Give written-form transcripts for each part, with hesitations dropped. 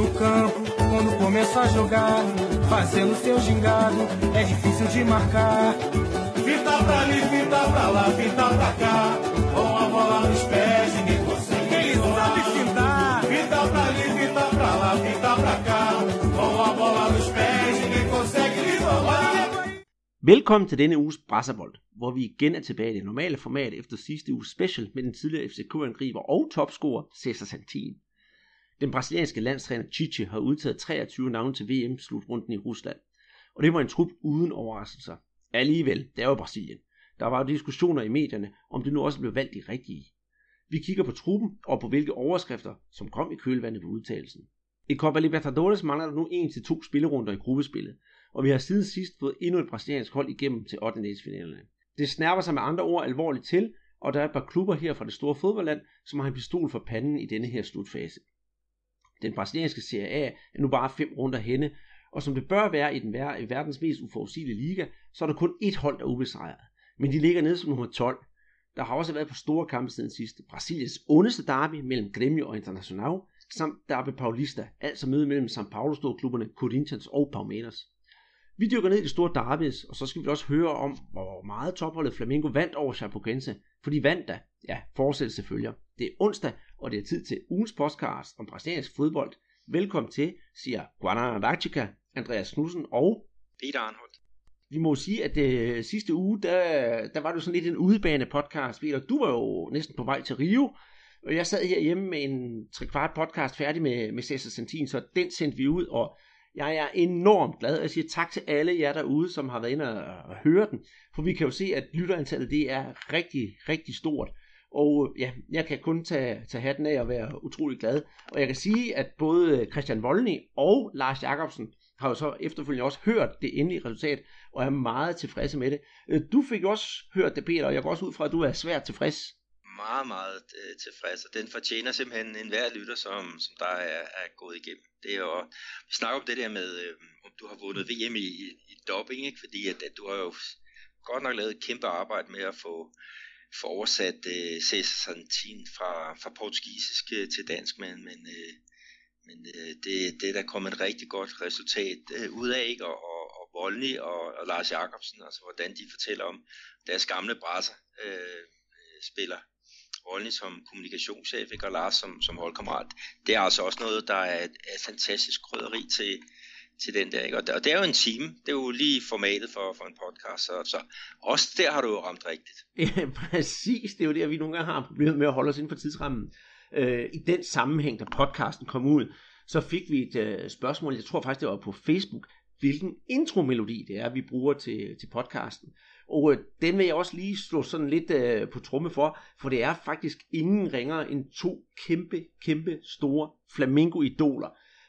no campo, quando começa a jogar, fazendo seu gingado, é difícil de marcar. Fita pra ali, fita pra lá, fita pra cá, com a bola nos pés, ninguém consegue. Ele sabe fintar. Fita pra ali, fita pra lá, fita pra cá, com a bola nos pés, ninguém consegue lhe roubar. Velkommen til denne uges Brasserbold, hvor vi igen er tilbage i det normale format efter sidste uges special med den tidligere FCK-angriber og topscorer Cesar Santin. Den brasilianske landstræner Tite har udtaget 23 navne til VM-slutrunden i Rusland, og det var en trup uden overraskelser. Alligevel, det er jo Brasilien. Der var diskussioner i medierne, om det nu også blev valgt de rigtige. Vi kigger på truppen og på hvilke overskrifter, som kom i kølvandet på udtalelsen. I Copa Libertadores mangler der nu 1-2 spillerunder i gruppespillet, og vi har siden sidst fået endnu et brasiliansk hold igennem til 8-delsfinalerne. Det snærper sig med andre ord alvorligt til, og der er et par klubber her fra det store fodboldland, som har en pistol for panden i denne her slutfase. Den brasilianske Serie A er nu bare 5 runder henne, og som det bør være i verdens mest uforudsigelige liga, så er der kun ét hold, der er ubesejret. Men de ligger nede som nummer 12. Der har også været på store kampe siden sidst. Brasiliens ondeste derby mellem Grêmio og Internacional, samt Derby Paulista, altså møde mellem São Paulo-storklubberne Corinthians og Palmeiras. Vi dykker ned i de store derbys, og så skal vi også høre om, hvor meget topholdet Flamengo vandt over Chapecoense. For de vandt da. Ja, fortsættelse følger. Det er onsdag, og det er tid til ugens podcast om brasiliansk fodbold. Velkommen til, siger Guanaranatica, Andreas Knudsen og Peter Arnholdt. Vi må sige, at sidste uge, der var det jo sådan lidt en udebane podcast. Peter, du var jo næsten på vej til Rio, og jeg sad herhjemme med en 3/4 podcast færdig med Cesar Santin, så den sendte vi ud, og jeg er enormt glad, og jeg siger tak til alle jer derude, som har været inde og høre den, for vi kan jo se, at lytterantallet det er rigtig, rigtig stort, og ja, jeg kan kun tage hatten af og være utrolig glad, og jeg kan sige, at både Christian Volny og Lars Jacobsen har jo så efterfølgende også hørt det endelige resultat, og er meget tilfredse med det. Du fik også hørt det, Peter, og jeg går også ud fra, at du er svært tilfreds. Meget tilfreds, og den fortjener simpelthen enhver lytter, som der er gået igennem. Det er jo, vi snakker om det der med, om du har vundet VM i dobbing, ikke? Fordi at du har jo godt nok lavet et kæmpe arbejde med at få oversat Cesar Santin fra portugisisk til dansk, men det er der kommet et rigtig godt resultat ud af, ikke? Og Volny og Lars Jacobsen, altså hvordan de fortæller om deres gamle brasser spiller. Volny som kommunikationschef, ikke? Og Lars som holdkammerat. Det er altså også noget, der er et fantastisk krydderi til den der, ikke? Og det er jo en time. Det er jo lige formatet for en podcast, så også der har du jo ramt rigtigt. Ja, præcis. Det er jo det, at vi nogle gange har problemet med at holde os inden for tidsrammen. I den sammenhæng, da podcasten kom ud, så fik vi et spørgsmål, jeg tror faktisk, det var på Facebook, hvilken intromelodi det er, vi bruger til podcasten. Og den vil jeg også lige slå sådan lidt på tromme for det er faktisk ingen ringere end 2 kæmpe store Flamengo-idoler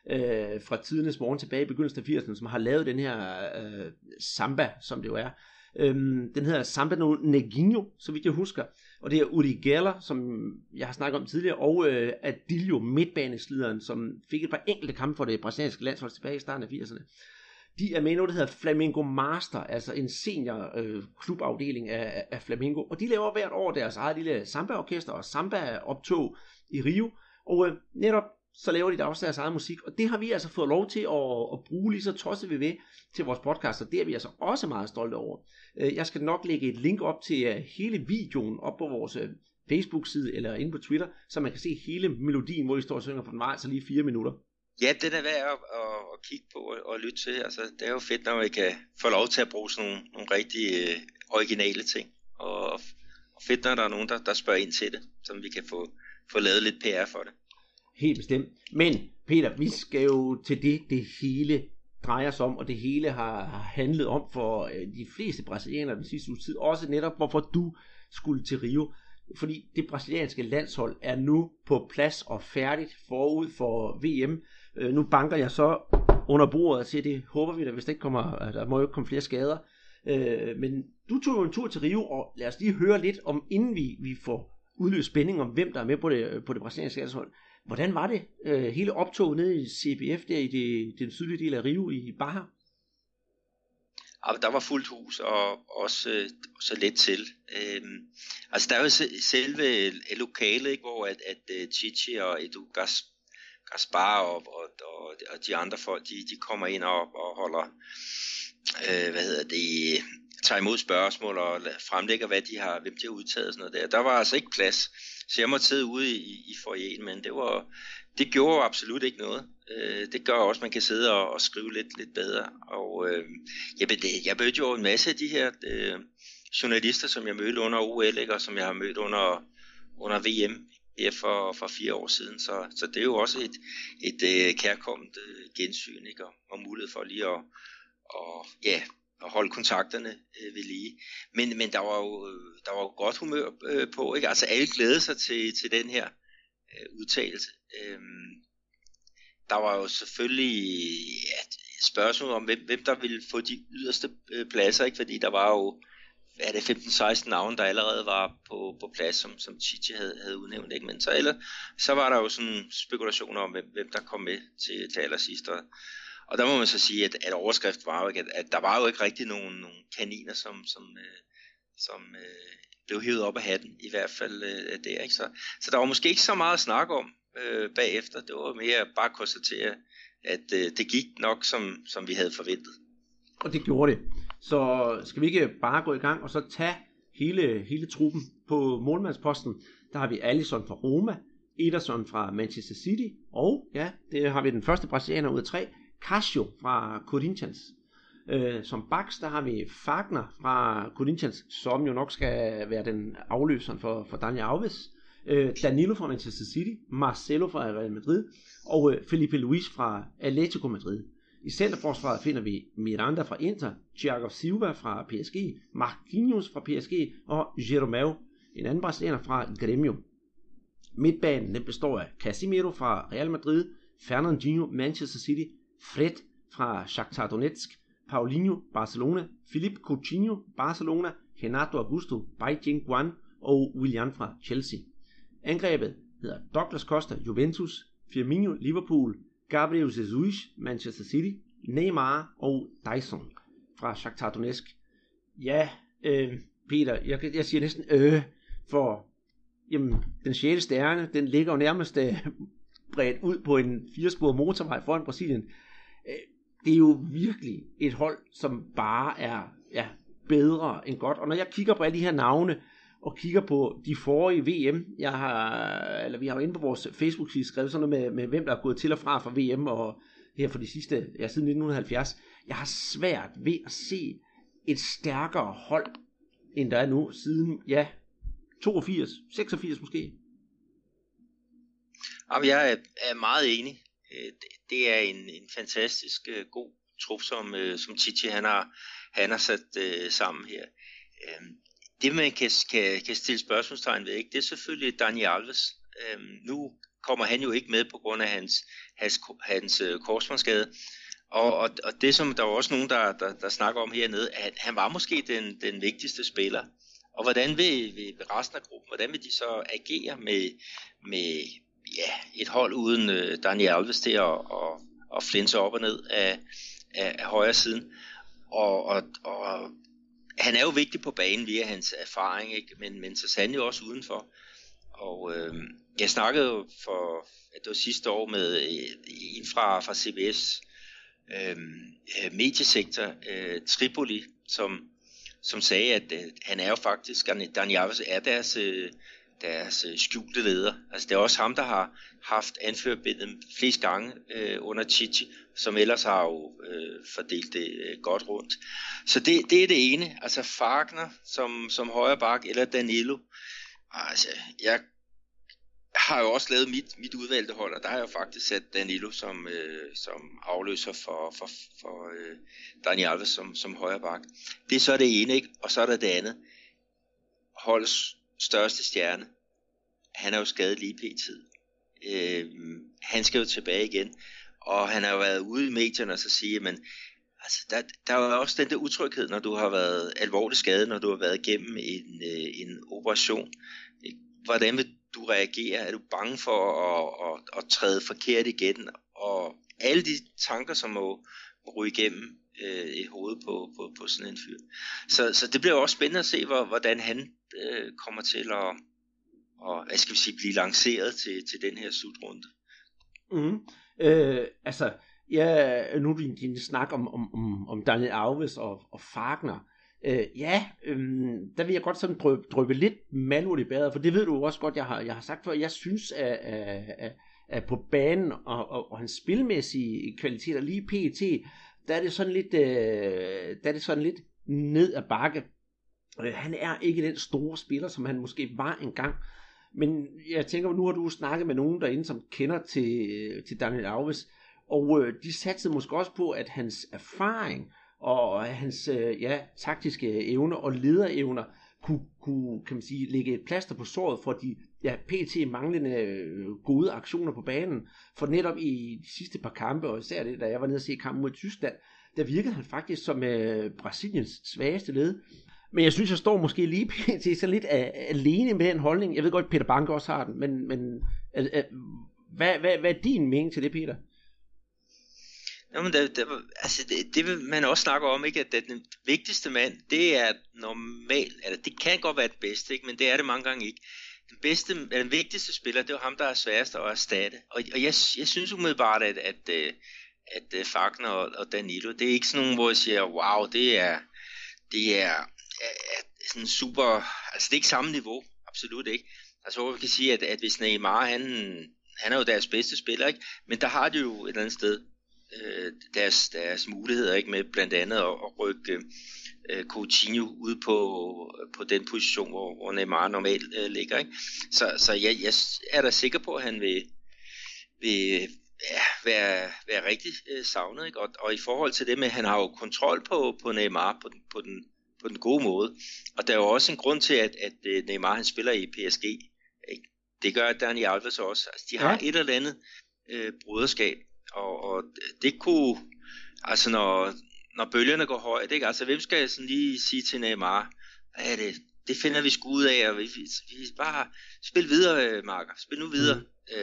fra tidernes morgen tilbage i begyndelsen af 80'erne, som har lavet den her samba, som det jo er. Den hedder Samba no Neguinho, så vidt jeg husker, og det er Uri Geller, som jeg har snakket om tidligere, og Adilio, midtbaneslideren, som fik et par enkelte kampe for det brasilianske landshold tilbage i starten af 80'erne. De er med i noget, der hedder Flamengo Master, altså en senior klubafdeling af Flamengo, og de laver hvert år deres eget lille samba-orkester og samba-optog i Rio, og netop så laver de da også deres eget musik, og det har vi altså fået lov til at bruge lige så tosset vi ved til vores podcast, og det er vi altså også meget stolte over. Jeg skal nok lægge et link op til hele videoen op på vores Facebook-side eller inde på Twitter, så man kan se hele melodien, hvor vi står og synger, for den var altså lige 4 minutter. Ja, det er værd at kigge på og lytte til. Altså, det er jo fedt, når vi kan få lov til at bruge sådan nogle rigtig originale ting, og fedt, når der er nogen, der spørger ind til det, så vi kan få lavet lidt PR for det. Helt bestemt. Men Peter, vi skal jo til det hele drejer sig om, og det hele har handlet om for de fleste brasilianere den sidste uges tid, også netop hvorfor du skulle til Rio. Fordi det brasilianske landshold er nu på plads og færdigt forud for VM. Nu banker jeg så under bordet og siger, det håber vi da, hvis der må jo ikke komme flere skader. Men du tog jo en tur til Rio, og lad os lige høre lidt om, inden vi får udløst spænding om, hvem der er med på det brasilianske landshold. Hvordan var det hele optoget nede i CBF der i den sydlige del af Rio i Barra? Ja, der var fuldt hus og også så let til. Altså der er jo selve lokalet, ikke, hvor at Chichi og Edu Gaspar og og de andre folk, de kommer ind og holder, tager imod spørgsmål og fremlægger, hvem de har udtaget og sådan noget der. Der var altså ikke plads, så jeg måtte sidde ude i foyeren, men det gjorde absolut ikke noget. Det gør også, at man kan sidde og skrive lidt bedre. Og jeg mødte jo en masse af de her journalister, som jeg mødte under OL, ikke, og som jeg har mødt under VM her for 4 år siden. Så det er jo også et kærkomment gensyn, ikke, og mulighed for lige at holde kontakterne ved lige. Men der var jo godt humør på, ikke? Altså alle glædede sig til den her udtalelse. Der var jo selvfølgelig spørgsmål om, hvem der ville få de yderste pladser, ikke? Fordi der var jo 15-16 navne, der allerede var på plads, som Tite havde udnævnt, ikke? Men så var der jo sådan spekulationer om, hvem der kom med til allersidst. Og der må man så sige, at overskrift var jo ikke, at der var jo ikke rigtig nogen kaniner, som blev hævet op af hatten, i hvert fald der, ikke? Så der var måske ikke så meget at snakke om bagefter. Det var mere bare at konstatere, at det gik nok, som vi havde forventet. Og det gjorde det. Så skal vi ikke bare gå i gang og så tage hele truppen på målmandsposten? Der har vi Alisson fra Roma, Ederson fra Manchester City, og ja, det har vi den første brasilianer ud af 3, Casio fra Corinthians. Som backs, der har vi Fagner fra Corinthians, som jo nok skal være den afløseren for Dani Alves. Danilo fra Manchester City, Marcelo fra Real Madrid, og Felipe Luis fra Atletico Madrid. I centerforsvaret finder vi Miranda fra Inter, Thiago Silva fra PSG, Marquinhos fra PSG og Jeromel, en anden brasilianer fra Grêmio. Midtbanen den består af Casemiro fra Real Madrid, Fernandinho Manchester City, Fred fra Shakhtar Donetsk, Paulinho Barcelona, Philippe Coutinho Barcelona, Renato Augusto Beijing Guan og Willian fra Chelsea. Angrebet hedder Douglas Costa Juventus, Firmino Liverpool, Gabriel Jesus Manchester City, Neymar og Dyson fra Shakhtar Donetsk. Ja, Peter, jeg siger næsten for jamen, den 6. stjerne, den ligger jo nærmest bredt ud på en 4-sporet motorvej foran Brasilien. Det er jo virkelig et hold, som bare er bedre end godt. Og når jeg kigger på alle de her navne, og kigger på de forrige VM, vi har jo inde på vores Facebook-side skrevet sådan noget med hvem der er gået til og fra VM, og her for de sidste, siden 1970. Jeg har svært ved at se et stærkere hold, end der er nu, siden, 82, 86 måske. Jamen, jeg er meget enig. Det er en fantastisk god trup, som Tite han har sat sammen her. Det man kan stille spørgsmålstegn ved, ikke, det er selvfølgelig Dani Alves. Nu kommer han jo ikke med på grund af hans korsbåndsskade. Og det som der var også nogen, der snakker om hernede, at han var måske den vigtigste spiller. Og hvordan vil resten af gruppen, hvordan vil de så agere med et hold uden Dani Alves til at flinse op og ned af højre siden. Og han er jo vigtig på banen via hans erfaring, ikke? Men så sandelig også udenfor. Og jeg snakkede jo det var sidste år med en fra CBS mediesektor, Tripoli, som sagde, at han er jo faktisk, Dani Alves er deres skjulte leder. Altså det er også ham, der har haft anførbindet flest gange under Tite, som ellers har jo fordelt det godt rundt. Så det er det ene. Altså Fagner som højre bak, eller Danilo. Altså jeg har jo også lavet mit udvalgte hold, og der har jeg jo faktisk sat Danilo som afløser for Dani Alves som højre bak. Det er så det ene, ikke? Og så er der det andet. Holdets største stjerne. Han er jo skadet lige p.tid. Han skal jo tilbage igen. Og han har jo været ude i medierne og så sige, men altså, der er jo også den der utryghed, når du har været alvorligt skadet, når du har været igennem en operation. Hvordan vil du reagere? Er du bange for at træde forkert igen? Og alle de tanker, som må ryge igennem i hovedet på sådan en fyr. Så det bliver også spændende at se, hvordan han kommer til at blive lanceret til den her slutrunde. Nu er din snak om Daniel Alves og Fagner. Der vil jeg godt sådan drøbe lidt malurt i badet, for det ved du også godt, jeg har sagt før. Jeg synes, at på banen og hans spilmæssige kvaliteter lige pt, der er det sådan lidt ned ad bakke. Han er ikke den store spiller, som han måske var engang. Men jeg tænker, nu har du snakket med nogen derinde, som kender til Daniel Alves, og de satsede måske også på, at hans erfaring og hans taktiske evner og lederevner kunne kan man sige, lægge et plaster på såret for de pt. Manglende gode aktioner på banen. For netop i de sidste par kampe, og især det, da jeg var nede og se kampen mod Tyskland, der virkede han faktisk som Brasiliens svageste led. Men jeg synes, jeg står måske lige pt. Så lidt alene med den holdning. Jeg ved godt, at Peter Banke også har den, men hvad er din mening til det, Peter? Jamen, det vil man også snakke om, ikke? At den vigtigste mand, det er normalt, eller det kan godt være det bedste, ikke? Men det er det mange gange ikke. Den vigtigste spiller, det er ham, der er sværest at erstatte. Og jeg synes umiddelbart, at Fagner og Danilo, det er ikke sådan nogen, hvor jeg siger, wow, det er sådan super, altså det er ikke samme niveau, absolut ikke. Altså hvor vi kan sige, at hvis Neymar, han er jo deres bedste spiller, ikke? Men der har de jo et eller andet sted deres muligheder, ikke, med blandt andet at rykke Coutinho ud på den position, hvor Neymar normalt ligger, ikke? Så jeg er da sikker på, at han vil være rigtig savnet, ikke? Og i forhold til det med, han har jo kontrol på Neymar på den gode måde, og der er jo også en grund til, at Neymar han spiller i PSG, ikke? Det gør Dani Alves også. Altså, de har et eller andet broderskab, og det kunne, altså når bølgerne går højt, ikke? Altså hvem skal jeg sådan lige sige til Neymar, hvad er det finder vi sgu ud af, og vi bare spil videre, Marker, spil nu videre.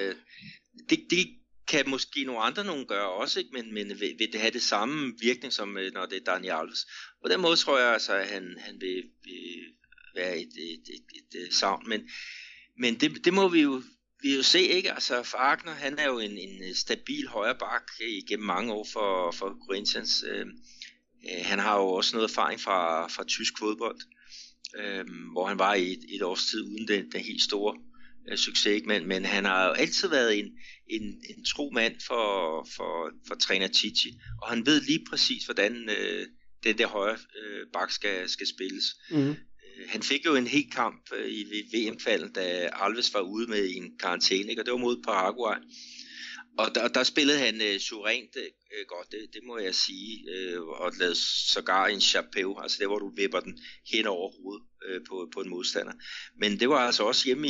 Det kan måske nogle andre gøre også, ikke? Men vil det have det samme virkning, som når det er Daniel Alves. På den måde tror jeg altså, at han vil være et savn, men det må vi jo se, ikke? Altså Fagner, han er jo en stabil højre bak igennem mange år for Corinthians. Han har jo også noget erfaring fra tysk fodbold, hvor han var i et års tid uden den helt store succes, ikke? Men han har jo altid været en tro mand for træner Tite, og han ved lige præcis, hvordan den der højre bak skal spilles. Han fik jo en helt kamp i VM-kvalden, da Alves var ude med en karantæne, og det var mod Paraguay. Og der spillede han suverænt godt, det må jeg sige, og lavede sågar en chapeau, altså der hvor du vipper den hen over hovedet på en modstander. Men det var altså også hjemme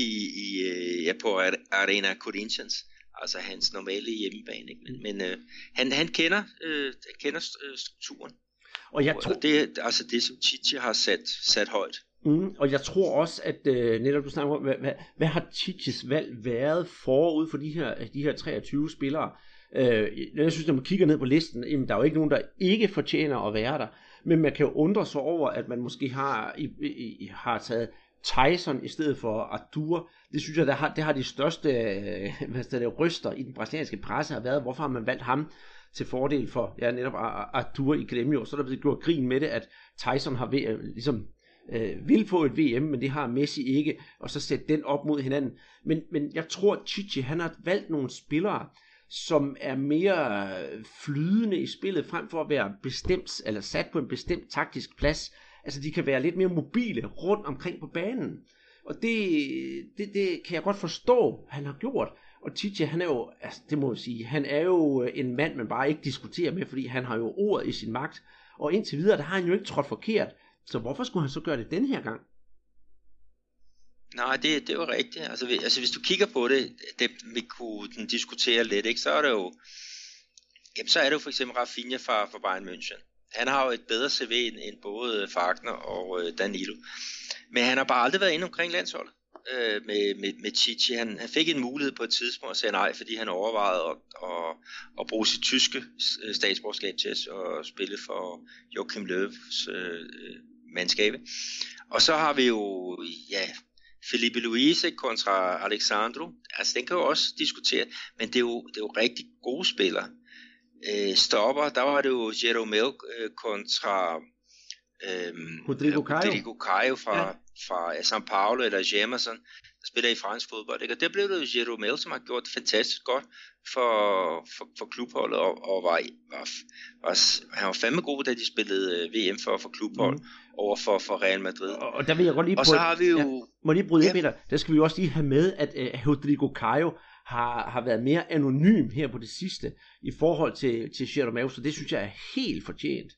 på Arena Corinthians, altså hans normale hjemmebane, ikke? Men han kender strukturen. Og jeg tror, det er altså det, som Tite har sat højt. Og jeg tror også, at netop du snakker om, hvad har Tites valg været forud for de her 23 spillere? Jeg synes, når man kigger ned på listen, jamen, der er jo ikke nogen, der ikke fortjener at være der. Men man kan jo undre sig over, at man måske har taget Tyson i stedet for Arthur. Det synes jeg, det har de største ryster i den brasilianske presse har været. Hvorfor har man valgt ham til fordel for netop Arthur i Grêmio? Så er der blevet gjort grin med det, at Tyson har ligesom vil få et VM, men det har Messi ikke, og så sætte den op mod hinanden. Men jeg tror, at Tite, han har valgt nogle spillere, som er mere flydende i spillet, frem for at være bestemt, eller sat på en bestemt taktisk plads. Altså, de kan være lidt mere mobile rundt omkring på banen. Og det kan jeg godt forstå, han har gjort. Og Tite, han er jo, altså, det må jeg sige, han er jo en mand, man bare ikke diskuterer med, fordi han har jo ordet i sin magt. Og indtil videre, der har han jo ikke trådt forkert. Så hvorfor skulle han så gøre det den her gang? Nej, det var rigtigt. Altså hvis du kigger på det vi kunne diskutere lidt, ikke? Så er det jo, for eksempel Rafinha fra Bayern München. Han har jo et bedre CV end både Fagner og Danilo. Men han har bare aldrig været inde omkring landsholdet med Tite. Han fik en mulighed på et tidspunkt at sige nej, fordi han overvejede at bruge sit tyske statsborgerskab til at spille for Joachim Löws mandskab. Og så har vi jo Felipe Luis kontra Alexandro, altså den kan jo også diskutere, men det er jo rigtig gode spillere. Stopper, der var det jo Jeromel kontra Rodrigo Caio fra São Paulo, eller Jamerson, der spiller i fransk fodbold, ikke? Og der blev det jo Jeromel, som har gjort det fantastisk godt for klubholdet, og han var fandme god, da de spillede VM for klubhold over for Real Madrid. Og der vil jeg godt lige så har vi jo... må lige bryde Peter, der skal vi jo også lige have med, at Rodrigo Caio har været mere anonym her på det sidste, i forhold til Jeromel, så det synes jeg er helt fortjent.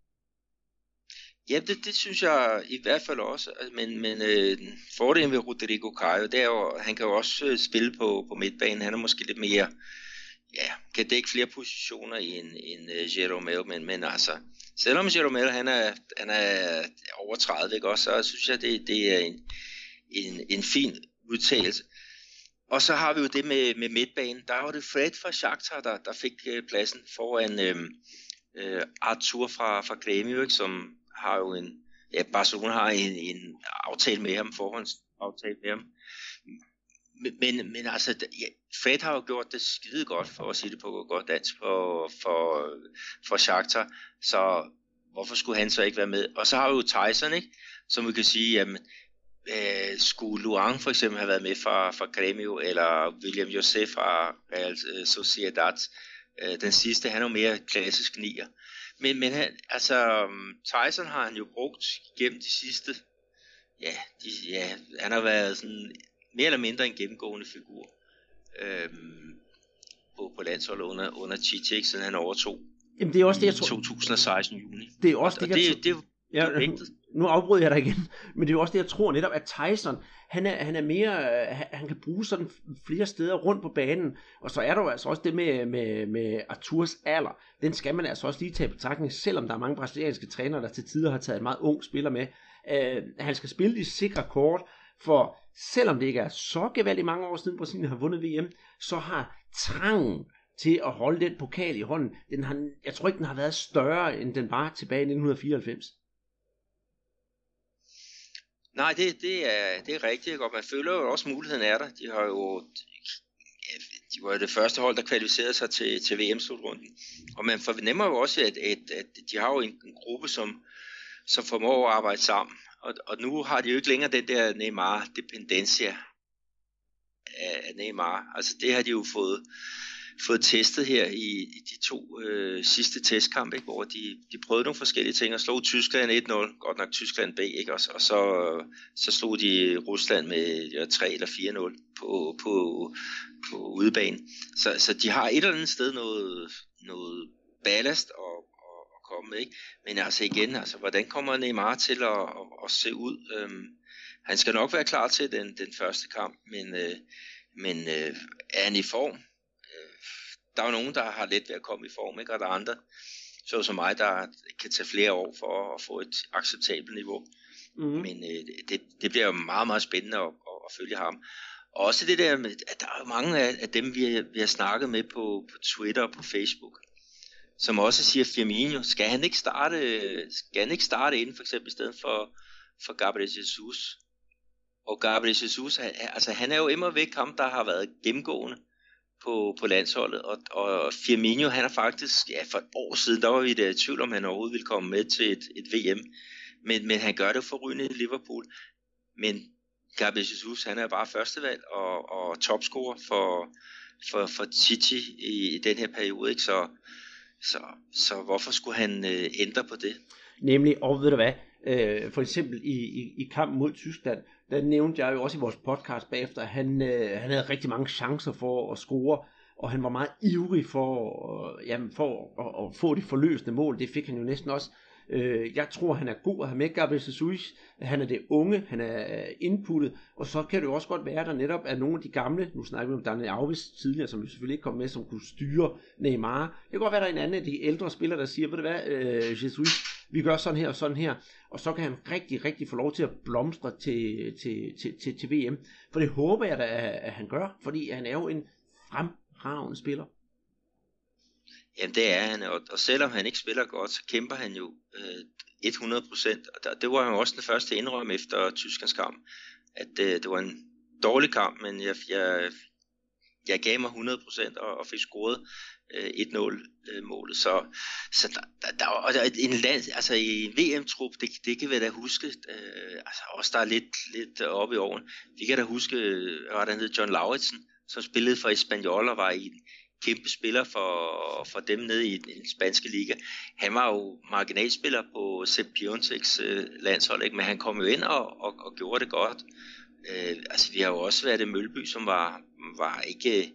Ja, det synes jeg i hvert fald også, men fordelen ved Rodrigo Caio, det er jo, han kan jo også spille på midtbanen, han er måske lidt mere, kan dække flere positioner end Jeromel, men altså, selvom Jeromel han er over 30, ikke også, så synes jeg, det er en fin udtalelse. Og så har vi jo det med midtbanen, der var det Fred fra Shakhtar, der fik pladsen foran Arthur fra Grêmio, ikke, som har jo Barcelona har en aftale med ham, forhåndsaftale med ham. Men altså, Fred har jo gjort det skide godt, for at sige det på godt dansk, for Shakhtar, så hvorfor skulle han så ikke være med? Og så har vi jo Tyson, ikke, som vi kan sige, jamen, skulle Luang for eksempel have været med fra Grêmio, eller William José fra Real Sociedad. Den sidste, han er jo mere klassisk nier. Men altså, Tyson har han jo brugt gennem de sidste, han har været sådan mere eller mindre en gennemgående figur på landsholdet under Tite, siden han overtog. Jamen det er også det, jeg tror. 2016 juni. Det er også det, er vigtigt. Nu afbryder jeg dig igen, men det er jo også det, jeg tror netop, at Tyson, han er mere, han kan bruge sådan flere steder rundt på banen, og så er der jo altså også det med Arthurs alder, den skal man altså også lige tage i betragtning, selvom der er mange brasilianske trænere, der til tider har taget en meget ung spiller med. Han skal spille de sikre kort, for selvom det ikke er så gevaldigt mange år siden Brasilien har vundet VM, så har trangen til at holde den pokal i hånden, jeg tror ikke, den har været større, end den var tilbage i 1994. Nej, det er rigtigt, og man føler jo også, muligheden er der. De var jo det første hold, der kvalificerede sig til VM-slutrunden. Og man fornemmer jo også, at de har jo en gruppe, som formår at arbejde sammen. Og nu har de jo ikke længere den der Neymar-dependencia af Neymar. Altså det har de jo fået testet her i de to sidste testkampe, ikke? Hvor de prøvede nogle forskellige ting og slog Tyskland 1-0, godt nok Tyskland B, ikke? Og så slog de Rusland med 3 eller 4-0 på udebane. Så de har et eller andet sted noget ballast at komme med, ikke? Men altså igen, hvordan kommer Neymar til at se ud? Han skal nok være klar til den første kamp, men er han i form? Der er jo nogen, der har let ved at komme i form, ikke? Og der er andre, så som mig, der kan tage flere år for at få et acceptabelt niveau. Mm-hmm. Men det bliver jo meget, meget spændende at følge ham. Og også det der med, at der er jo mange af dem, vi har snakket med på Twitter og på Facebook, som også siger, Firmino, skal han ikke starte inden, for eksempel i stedet for Gabriel Jesus? Og Gabriel Jesus, han er jo immer væk ham, der har været gennemgående på landsholdet, og Firmino, han er faktisk, for et år siden, der var vi der i tvivl om, han overhovedet ville komme med til et VM, men han gør det forrygende i Liverpool. Men Gabriel Jesus, han er bare førstevalg og topscorer for Tite i den her periode, ikke? Så hvorfor skulle han ændre på det? Nemlig, og ved du hvad, for eksempel i kampen mod Tyskland, der nævnte jeg jo også i vores podcast bagefter, at han havde rigtig mange chancer for at score, og han var meget ivrig for at få det forløsende mål. Det fik han jo næsten også. Jeg tror, han er god at have med, Gabriel Jesus. Han er det unge, han er inputtet, og så kan det jo også godt være, at der netop er nogle af de gamle, nu snakker vi om Daniel Alves tidligere, som jo selvfølgelig ikke kom med, som kunne styre Neymar. Det kan godt være, der er en anden af de ældre spillere, der siger, ved du hvad, Jesus, vi gør sådan her og sådan her, og så kan han rigtig, rigtig få lov til at blomstre til VM. For det håber jeg da, at han gør, fordi han er jo en fremragende spiller. Jamen det er han, og selvom han ikke spiller godt, så kæmper han jo 100%. Og det var jo også den første indrømme efter Tysklands kamp, at det var en dårlig kamp, men jeg gav mig 100% og fik scoret 1-0 målet. Så der er en land, altså i en VM-trup, det kan vi da huske, altså også der er lidt oppe i åren. Vi kan da huske, hvad der hed John Lauritsen, som spillede for Espanyol og var i en kæmpe spiller for dem nede i den spanske liga. Han var jo marginalspiller på Sepp Piontek's landshold, ikke? Men han kom jo ind og gjorde det godt. Altså vi har jo også været i Mølby, som var ikke...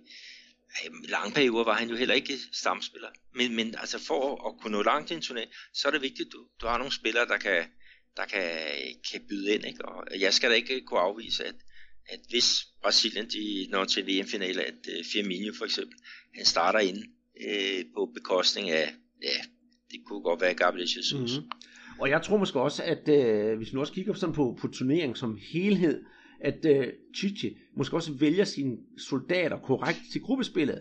I lange perioder var han jo heller ikke stamspiller. Men altså for at kunne nå langt i en turné, så er det vigtigt, at du har nogle spillere, der kan byde ind. Ikke? Og jeg skal da ikke kunne afvise, at hvis Brasilien de når til VM-finale, at Firmino for eksempel, han starter inde på bekostning af, ja, det kunne godt være Gabriel Jesus. Mm-hmm. Og jeg tror måske også, at hvis nu også kigger sådan på turneringen som helhed, at Tite måske også vælger sine soldater korrekt til gruppespillet.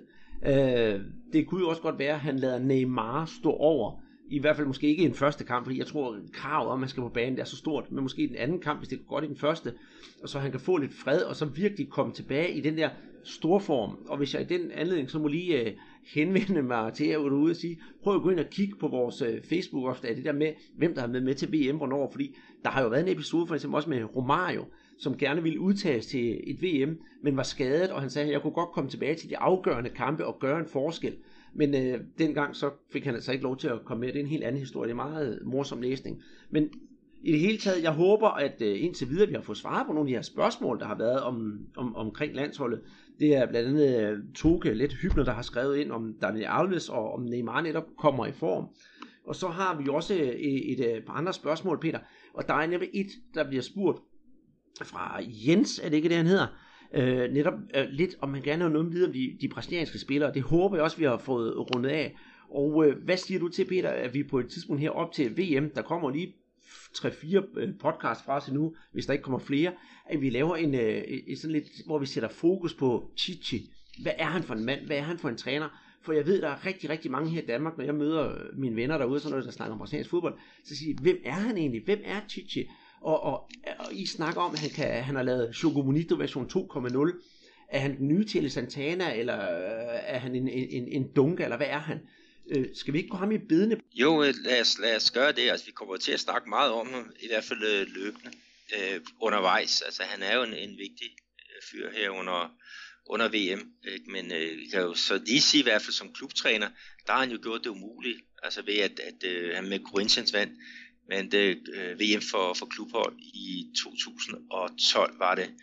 Det kunne jo også godt være, at han lader Neymar stå over, i hvert fald måske ikke i den første kamp, fordi jeg tror, at kravet om, at man skal på banen, det er så stort, men måske i den anden kamp, hvis det går godt i den første, og så han kan få lidt fred, og så virkelig komme tilbage i den der storform. Og hvis jeg i den anledning, så må lige henvende mig til jer ude og sige, prøv at gå ind og kigge på vores Facebook-opslag, det der med, hvem der har med til VM, hvornår, fordi der har jo været en episode for eksempel også med Romario, som gerne ville udtages til et VM, men var skadet, og han sagde, at jeg kunne godt komme tilbage til de afgørende kampe og gøre en forskel. Men dengang så fik han altså ikke lov til at komme med. Det er en helt anden historie. Det er meget morsom læsning. Men i det hele taget, jeg håber, at indtil videre vi har fået svaret på nogle af de her spørgsmål, der har været omkring landsholdet. Det er blandt andet Toke lidt Hybner, der har skrevet ind om Daniel Alves og om Neymar netop kommer i form. Og så har vi også et par andre spørgsmål, Peter. Og der er nemlig et, der bliver spurgt fra Jens, er det ikke det, han hedder? Netop lidt, om man gerne vil noget videre om de brasilianske spillere. Det håber jeg også, vi har fået rundet af. Og hvad siger du til, Peter, at vi på et tidspunkt her op til VM, der kommer lige 3-4 podcast fra os nu, hvis der ikke kommer flere, at vi laver en sådan lidt, hvor vi sætter fokus på Tite. Hvad er han for en mand? Hvad er han for en træner? For jeg ved, der er rigtig, rigtig mange her i Danmark, når jeg møder mine venner derude, sådan noget, der snakker om brasiliansk fodbold, så siger de, hvem er han egentlig? Hvem er Tite? Og I snakker om, at han har lavet Jogo Bonito version 2.0. Er han den nye Tele Santana, eller er han en Dunga, eller hvad er han? Skal vi ikke gå ham i bedene? Jo, lad os gøre det. Altså, vi kommer til at snakke meget om ham, i hvert fald løbende undervejs. Altså, han er jo en vigtig fyr her under VM. Men vi kan jo så lige sige, i hvert fald som klubtræner, der har han jo gjort det umuligt. Altså ved at han med Corinthians vandt VM for klubhold i 2012 var det.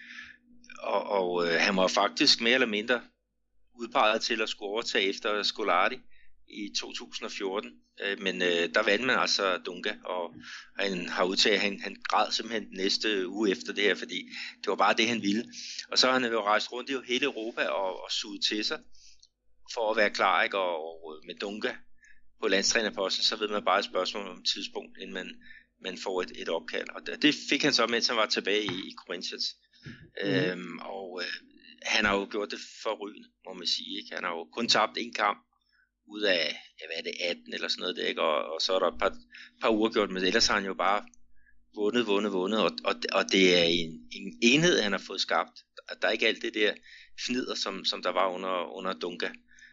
Og han var faktisk mere eller mindre udpeget til at skulle overtage efter Scolari i 2014. Men der vandt man altså Dunga, og han har udtaget, at han græd simpelthen næste uge efter det her, fordi det var bare det, han ville. Og så har han jo rejst rundt i hele Europa og suget til sig for at være klar, ikke? Og med Dunga på landstrænerposten, så ved man bare et spørgsmål om tidspunkt, inden man får et opkald. Og det fik han så, mens han var tilbage i Corinthians. Han har jo gjort det forrygende, må man sige. Ikke? Han har jo kun tabt en kamp ud af, hvad er det, 18 eller sådan noget, det, ikke? Og så er der et par uger gjort, men ellers har han jo bare vundet, og det er en enhed, han har fået skabt. Der er ikke alt det der fnider, som der var under Dunga.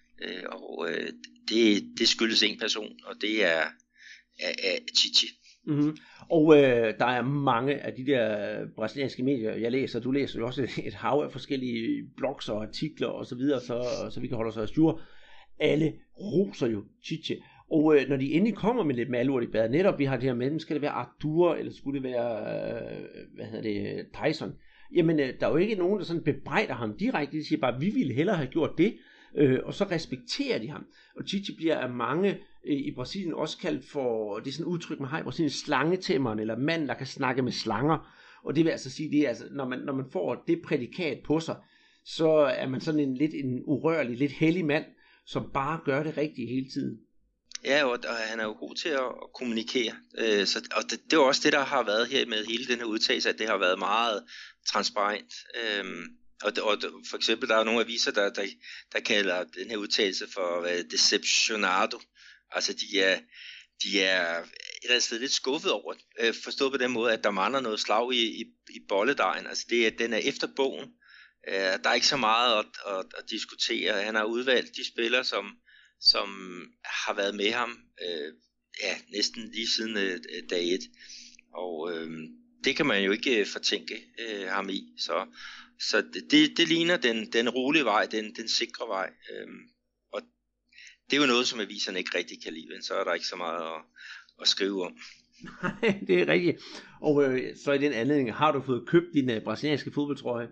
Det skyldes en person, og det er Tite. Mm-hmm. Og der er mange af de der brasilianske medier, jeg læser, du læser jo også et hav af forskellige blogs og artikler og så videre, så vi kan holde os ajour. Alle roser jo Tite. Og når de endelig kommer med lidt malurt i badet, netop vi har det her med, skal det være Arthur, eller skulle det være, Tyson? Jamen, der er jo ikke nogen, der sådan bebrejder ham direkte. De siger bare, vi ville hellere have gjort det, og så respekterer de ham. Og Tite bliver af mange i Brasilien også kaldt for, det er sådan et udtryk, man har i Brasilien, slangetæmmeren, eller mand, der kan snakke med slanger. Og det vil altså sige, det er altså, når man får det prædikat på sig, så er man sådan en urørlig, lidt hellig mand, som bare gør det rigtige hele tiden. Ja, og han er jo god til at kommunikere. Og det er også det, der har været her med hele den her udtalelse, at det har været meget transparent. Og for eksempel, der er nogle aviser, der kalder den her udtalelse for decepcionado. Altså, de er eller andet sted lidt skuffet over, forstået på den måde, at der mangler noget slag i bolledejen. Altså den er efter bogen. Der er ikke så meget at diskutere. Han har udvalgt de spillere, som har været med ham næsten lige siden dag 1. Og det kan man jo ikke fortænke ham i. Så det ligner den rolige vej, den sikre vej. Og det er jo noget, som aviserne ikke rigtig kan lide, så er der ikke så meget at skrive om. Nej, det er rigtigt. Og så i den anledning, har du fået købt din brasilianske fodboldtrøje?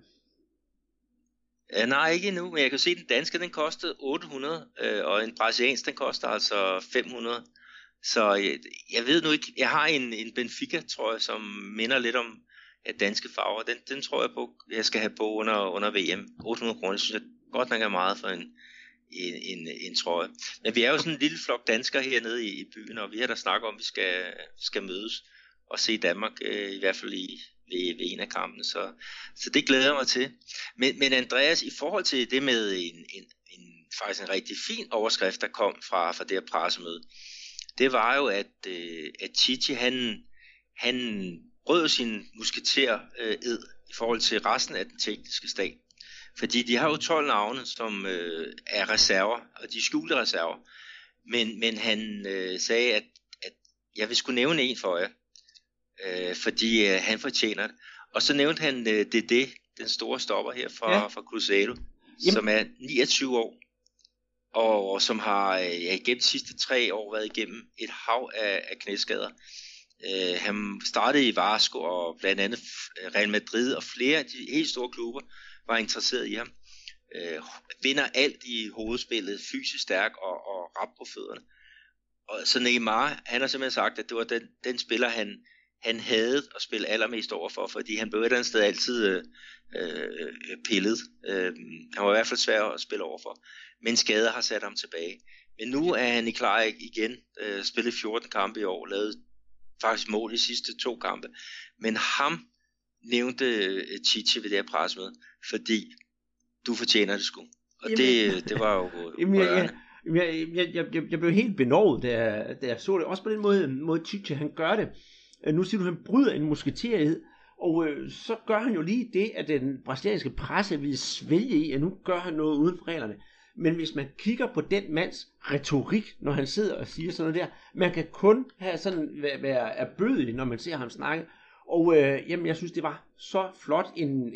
Nej, ikke endnu, men jeg kan se, at den danske, den kostede 800, og en brasiliansk, den koster altså 500. Så jeg ved nu ikke, jeg har en Benfica-trøje, som minder lidt om danske farver. Den tror jeg på, jeg skal have på under VM. 800 kroner, synes jeg godt nok er meget for en trøje. Men vi er jo sådan en lille flok danskere hernede i byen, og vi har da snakket om, at vi skal mødes og se Danmark, i hvert fald ved en af kampene. Så det glæder jeg mig til. Men Andreas, i forhold til det med faktisk en rigtig fin overskrift, der kom fra det her pressemøde, det var jo, at Tite, han brød sin musketer-ed i forhold til resten af den tekniske stab. Fordi de har jo 12 navne, som er reserver, og de er skjulte reserver. Men han sagde, at jeg vil skulle nævne en for jer, fordi han fortjener det. Og så nævnte han den store stopper her fra Cruzeiro, som er 29 år, og som har gennem de sidste 3 år været igennem et hav af knæskader. Han startede i Vasco, og blandt andet Real Madrid og flere af de helt store klubber var interesseret i ham. Vinder alt i hovedspillet, fysisk stærk og rap på fødderne. Og så Neymar, han har simpelthen sagt, at det var den spiller, han havde at spille allermest overfor, fordi han blev et eller andet sted altid pillet. Han var i hvert fald svær at spille overfor. Men skader har sat ham tilbage. Men nu er han klar igen. Spillet 14 kampe i år, lavet faktisk mål i sidste 2 kampe. Men ham nævnte Tite ved det her pressemøde, fordi du fortjener det sgu. Og det var jo jeg blev helt benovet, da jeg så det. Også på den måde Tite, han gør det. Nu siger du, han bryder en musketerhed, og så gør han jo lige det, at den brasilianske presse vil svælge i, at nu gør han noget uden for reglerne. Men hvis man kigger på den mands retorik, når han sidder og siger sådan noget der, man kan kun have sådan være erbødig, når man ser ham snakke. Og jeg synes, det var så flot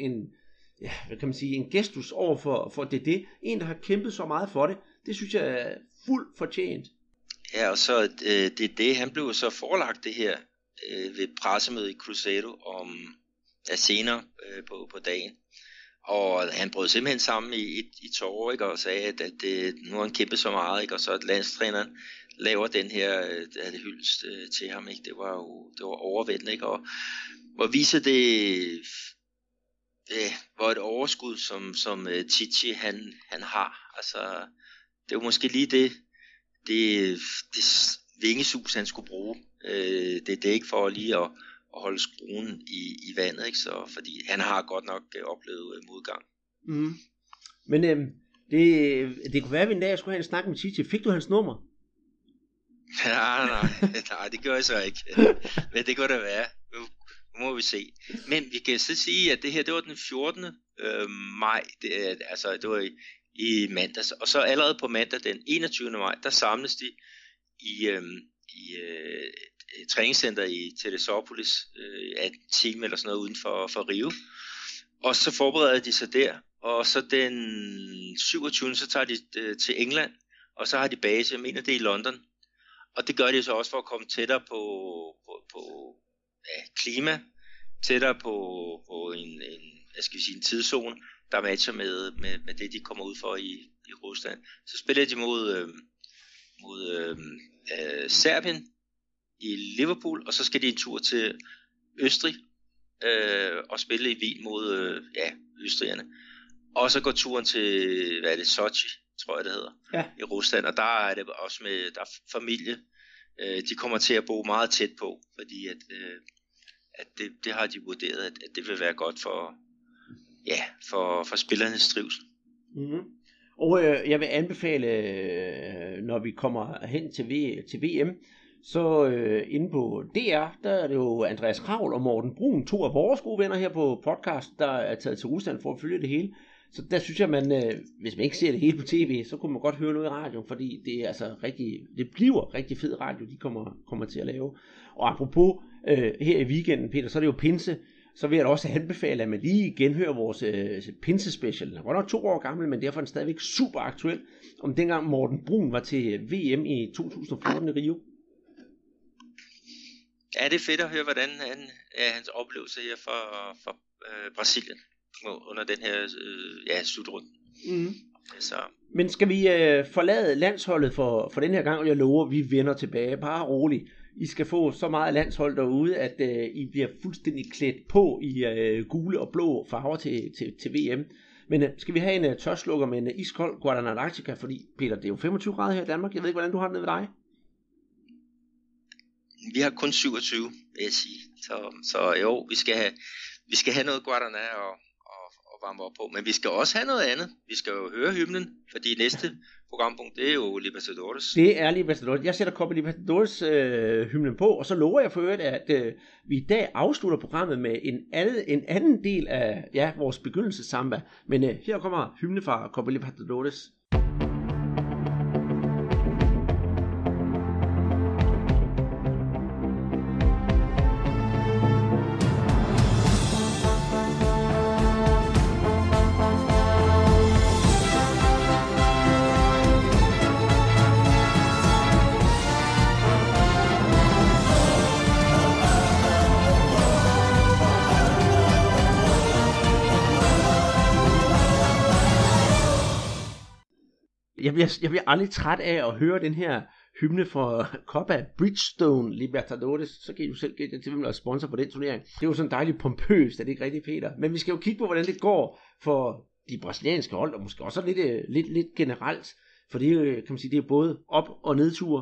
hvad kan man sige, en gestus over for det. En, der har kæmpet så meget for det synes jeg er fuldt fortjent. Ja, og så han blev så forelagt det her ved pressemødet i Cruzeiro senere på dagen. Og han brød simpelthen sammen i tårer, ikke, og sagde, at nu har han kæmpet så meget, ikke, og så at landstræneren laver den her hyldest til ham. Ikke. Det var overvældende, ikke, og viser det var et overskud, som Tite han har. Altså, det var måske lige det vingesus, han skulle bruge. Det er ikke for lige at holde skruen i vandet, ikke? Så, fordi han har godt nok oplevet modgang. Mm. Men det kunne være, at vi en dag skulle have en snak med Tite. Fik du hans nummer? Nej, det gør jeg så ikke. Men det kunne da være. Nu må vi se. Men vi kan så sige, at det her, det var den 14. maj. Det var i mandags. Og så allerede på mandag den 21. maj, der samles de i træningscenter i Teresópolis af et team eller sådan noget uden for Rio. Og så forbereder de sig der. Og så den 27. så tager de til England. Og så har de base, jeg mener det er i London. Og det gør de så også for at komme tættere på klima. Tættere på en tidszone, der matcher med det, de kommer ud for i Rusland. Så spiller de mod Serbien i Liverpool, og så skal de en tur til Østrig og spille i Wien mod østrigerne. Og så går turen til, Sochi, tror jeg det hedder, i Rusland, og der er det også med, der er familie. De kommer til at bo meget tæt på, fordi at det har de vurderet, at det vil være godt for spillernes trivsel. Mm-hmm. Og jeg vil anbefale, når vi kommer hen til VM, så inde på DR, der er det jo Andreas Kravl og Morten Brun, to af vores gode venner her på podcast, der er taget til Rusland for at følge det hele. Så der synes jeg, hvis man ikke ser det hele på tv, så kunne man godt høre noget i radioen, fordi det er altså det bliver rigtig fed radio, de kommer til at lave. Og apropos her i weekenden, Peter, så er det jo pinse, så vil jeg da også anbefale, at man lige genhører vores pinse-special. Den er godt nok 2 år gammel, men derfor er den stadigvæk super aktuel, om dengang Morten Brun var til VM i 2014 i Rio. Ja, det er fedt at høre, hvordan hans oplevelse her for Brasilien under den her slutrunde. Mm. Så. Men skal vi forlade landsholdet for den her gang, og jeg lover, at vi vender tilbage. Bare roligt. I skal få så meget landshold derude, at I bliver fuldstændig klædt på i gule og blå farver til VM. Men skal vi have en tørslukker med en iskold Guadalajara, fordi Peter, det er jo 25 grader her i Danmark. Jeg ved ikke, hvordan du har det nede ved dig. Vi har kun 27, vil jeg sige. Så jo, vi skal have noget Guadalajara og varme op på, men vi skal også have noget andet. Vi skal jo høre hymnen, fordi næste programpunkt, det er jo Libertadores. Det er Libertadores. Jeg sætter Copa Libertadores hymnen på, og så lover jeg for øvrigt, at vi i dag afslutter programmet med en anden del af vores begyndelsessamba. Men her kommer hymnen fra Copa Libertadores. Jeg bliver aldrig træt af at høre den her hymne fra Copa Bridgestone Libertadores. Så kan I jo selv gætte til, hvem der er sponsor på den turnering. Det er jo sådan dejligt pompøst, er det ikke rigtigt, Peter? Men vi skal jo kigge på, hvordan det går for de brasilianske hold, og måske også lidt generelt. For det er, kan man sige, det er både op- og nedture.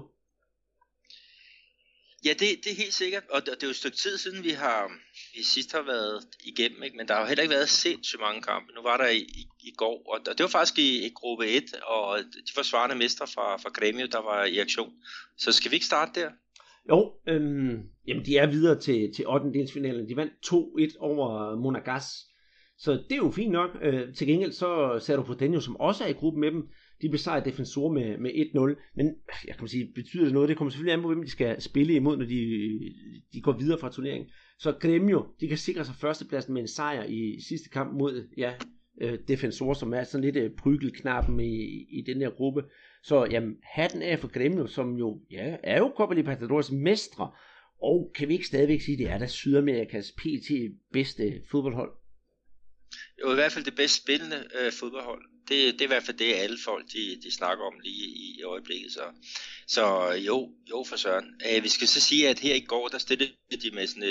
Ja, det er helt sikkert, og det er jo et stykke tid siden, vi sidst har været igennem, ikke? Men der har jo heller ikke været sindssygt mange kampe. Nu var der i går, og det var faktisk i gruppe 1, og de forsvarende mestre fra Grêmio, der var i aktion. Så skal vi ikke starte der? Jo, jamen de er videre til 8. De vandt 2-1 over Monagas. Så det er jo fint nok. Til gengæld så ser du på den jo, som også er i gruppen med dem. De besejrer Defensor med 1-0. Men jeg kan sige, betyder det noget? Det kommer selvfølgelig an på, hvem de skal spille imod, når de går videre fra turneringen. Så Grêmio, de kan sikre sig førstepladsen med en sejr i sidste kamp mod Defensor, som er sådan lidt prygelknappen i den her gruppe. Så jamen, hatten af for Grêmio, som jo er jo Copa Libertadores mestre. Og kan vi ikke stadigvæk sige, det er der Sydamerikas PT bedste fodboldhold? Jo, i hvert fald det bedst spillende fodboldhold. Det er i hvert fald det, alle folk de snakker om lige i øjeblikket. Så jo for søren. Vi skal så sige, at her i går, der stillede de med sådan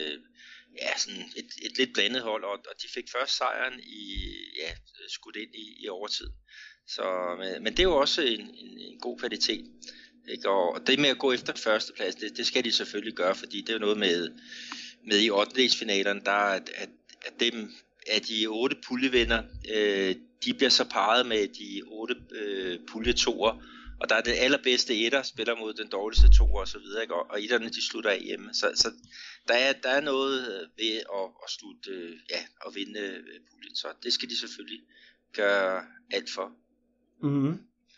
et lidt blandet hold, og de fik først sejren skudt ind i overtid. Så, men det er jo også en god kvalitet. Ikke? Og det med at gå efter førsteplads, det skal de selvfølgelig gøre, fordi det er jo noget med i 8-delsfinalerne, der at dem af de 8 puljevinder, de bliver så parret med de 8 puljetoer, og der er det allerbedste etter spiller mod den dårligste toer og så videre, ikke? Og etterne de slutter af hjemme, så der er noget ved at slutte og vinde puljen, så det skal de selvfølgelig gøre alt for. Mm-hmm.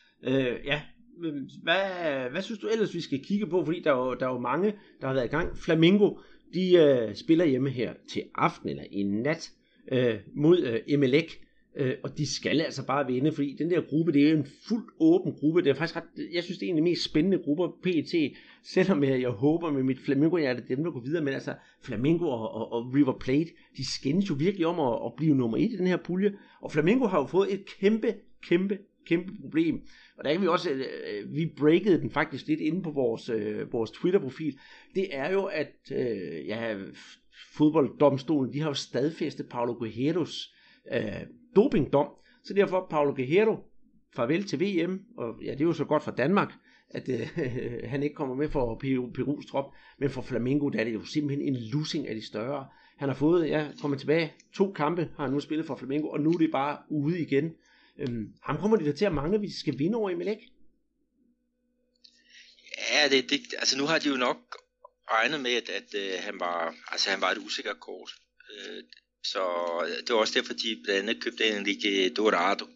Hvad synes du ellers vi skal kigge på, fordi der er jo mange der har været i gang. Flamengo, de spiller hjemme her til aften eller i nat mod Emelec, og de skal altså bare vinde, fordi den der gruppe, det er jo en fuldt åben gruppe. Det er faktisk jeg synes det er en af de mest spændende grupper PT, selvom jeg håber med mit Flamengo-hjerte, dem der går videre, men altså Flamengo og River Plate, de skændes jo virkelig om at blive nummer 1 i den her pulje, og Flamengo har jo fået et kæmpe problem, og der kan vi også, vi breakede den faktisk lidt inde på vores Twitter-profil. Det er jo, at fodbolddomstolen, de har jo stadfæstet Paulo Guerreros dopingdom, så derfor Paulo Guerrero, farvel til VM, og det er jo så godt for Danmark, at han ikke kommer med for Perus trop, men for Flamengo, der er det jo simpelthen en losing af de større. Han har fået, kommer tilbage, 2 kampe har han nu spillet for Flamengo, og nu er det bare ude igen. Ham kommer de der til at mangle, hvis de skal vinde over Emelec. Ja, Ja, altså nu har de jo nok regnet med, at han var et usikkert kort. Så det var også derfor, de blandt andet købte Enrique Dorado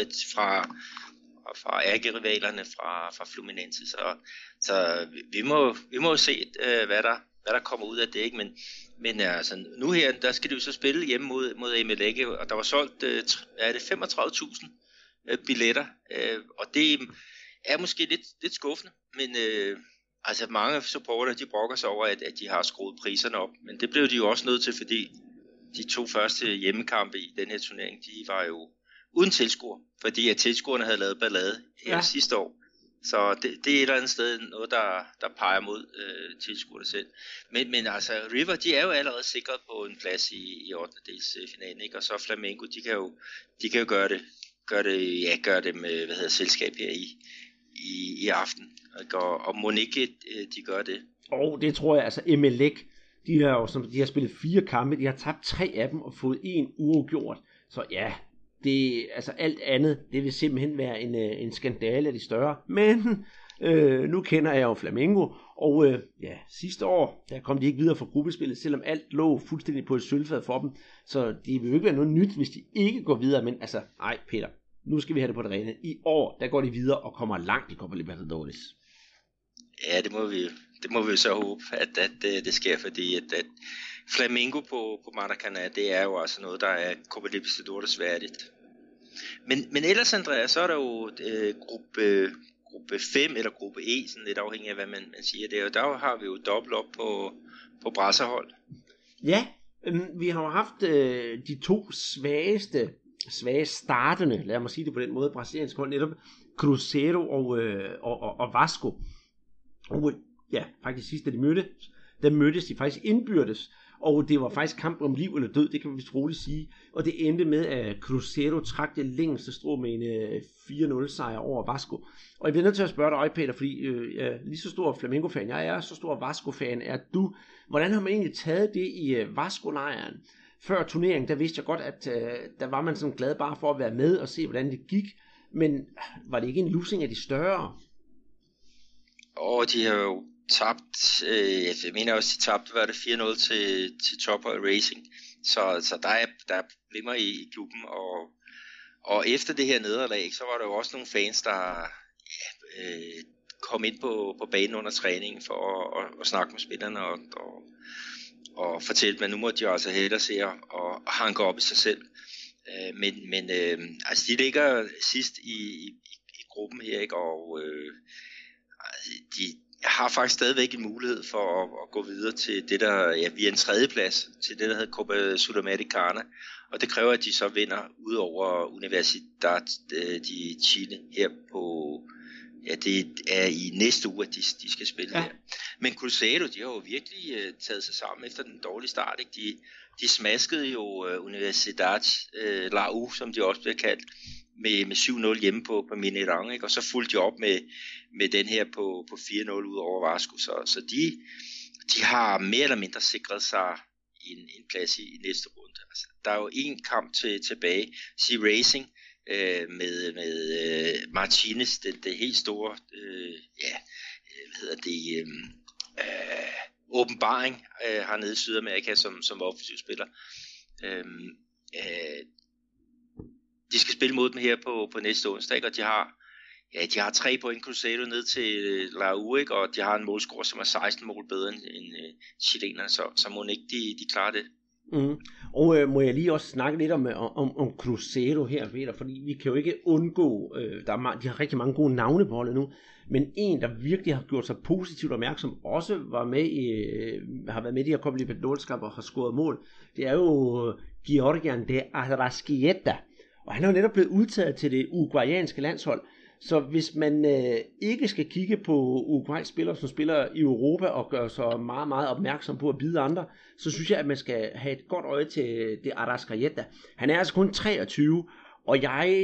fra ærkerivalerne fra Fluminense. Så vi må se, hvad der kommer ud af det, ikke? Men altså, nu her, der skal de jo så spille hjemme mod Emelec, og der var solgt 35.000 billetter, og det er måske lidt skuffende, men altså mange supporter, de brokker sig over, at de har skruet priserne op, men det blev de jo også nødt til, fordi de 2 første hjemmekampe i den her turnering, de var jo uden tilskuer, fordi at tilskuerne havde lavet ballade her sidste år. Så det er et eller andet sted noget, der peger mod tilskuerne selv. Men altså, River, de er jo allerede sikret på en plads i 8. delsfinalen, ikke? Og så Flamengo, de kan jo gøre det med selskab her i aften. Og Monique, de gør det. Og det tror jeg, altså Emelec, de har spillet 4 kampe, de har tabt 3 af dem og fået 1 uafgjort. Så ja, det, altså alt andet, det vil simpelthen være en skandale af de større. Men nu kender jeg jo Flamengo, og sidste år, der kom de ikke videre fra gruppespillet, selvom alt lå fuldstændig på et sølvfad for dem. Så det vil jo ikke være noget nyt, hvis de ikke går videre. Men altså, nej Peter, nu skal vi have det på det rene. I år, der går de videre og kommer langt i Copa Libertadores. Ja, det må vi så håbe, at det sker, fordi at Flamengo på Maracanã, det er jo altså noget, der er Copa Libertadores værdigt. Men ellers, Andreas, så er der jo gruppe 5 eller gruppe E, sådan lidt afhængig af, hvad man siger der. Og der har vi jo dobbelt op på brasserhold. Ja, vi har jo haft de 2 svage startende, lad mig sige det på den måde, brasiliansk hold, netop Cruzeiro og Vasco. Og ja, faktisk sidst, da mødtes de faktisk indbyrdes, og det var faktisk kamp om liv eller død, det kan vi vist roligt sige. Og det endte med, at Cruzeiro trak det længste strå med en 4-0 sejr over Vasco. Og jeg bliver nødt til at spørge dig, Peter, fordi lige så stor Flamengo-fan jeg er, så stor Vasco-fan er du. Hvordan har man egentlig taget det i Vasco-lejren? Før turneringen, der vidste jeg godt, at der var man sådan glad bare for at være med og se, hvordan det gik. Men var det ikke en losing af de større? De har jo tabt, jeg mener også, de tabte, var det 4-0 til Top Oil Racing. Så der er problemer i klubben, og efter det her nederlag, så var der jo også nogle fans, der kom ind på banen under træningen for at snakke med spillerne og fortælle dem, at nu må de altså hellere se og hanke op i sig selv. Men altså de ligger sidst i gruppen her, ikke? Og de har faktisk stadigvæk en mulighed for at gå videre til det der, via en 3. plads, til det der hedder Copa Sudamericana, og det kræver, at de så vinder ud over Universidad de Chile her på, det er i næste uge, at de skal spille her. Men Cruzeiro, de har jo virkelig taget sig sammen efter den dårlige start, ikke? De smaskede jo Universidad La U, som de også bliver kaldt, med 7-0 hjemme på Mineirão, ikke? Og så fulgte de op med den her på 4-0 ud over Vasco. Så de har mere eller mindre sikret sig en plads i næste runde. Altså, der er jo en kamp tilbage. Sea Racing med Martinez, det helt store, åbenbaring hernede i Sydamerika som offensiv spiller. De skal spille mod dem her på næste onsdag, og de har 3 point Cruzeiro ned til La U, ikke? Og de har en målscore, som er 16 mål bedre end chilenerne, så må ikke de klarer det. Mm. Og må jeg lige også snakke lidt om Cruzeiro her, Peter, fordi vi kan jo ikke undgå, de har rigtig mange gode navne på holdet nu, men en, der virkelig har gjort sig positivt opmærksom, også har været med i de her Copa Libertadores og har scoret mål, det er jo Georgian de Arrascaeta. Og han er jo netop blevet udtaget til det uruguayanske landshold. Så hvis man ikke skal kigge på Uruguays spillere, som spiller i Europa og gør sig meget, meget opmærksom på at bide andre, så synes jeg, at man skal have et godt øje til det Arrascaeta. Han er altså kun 23, og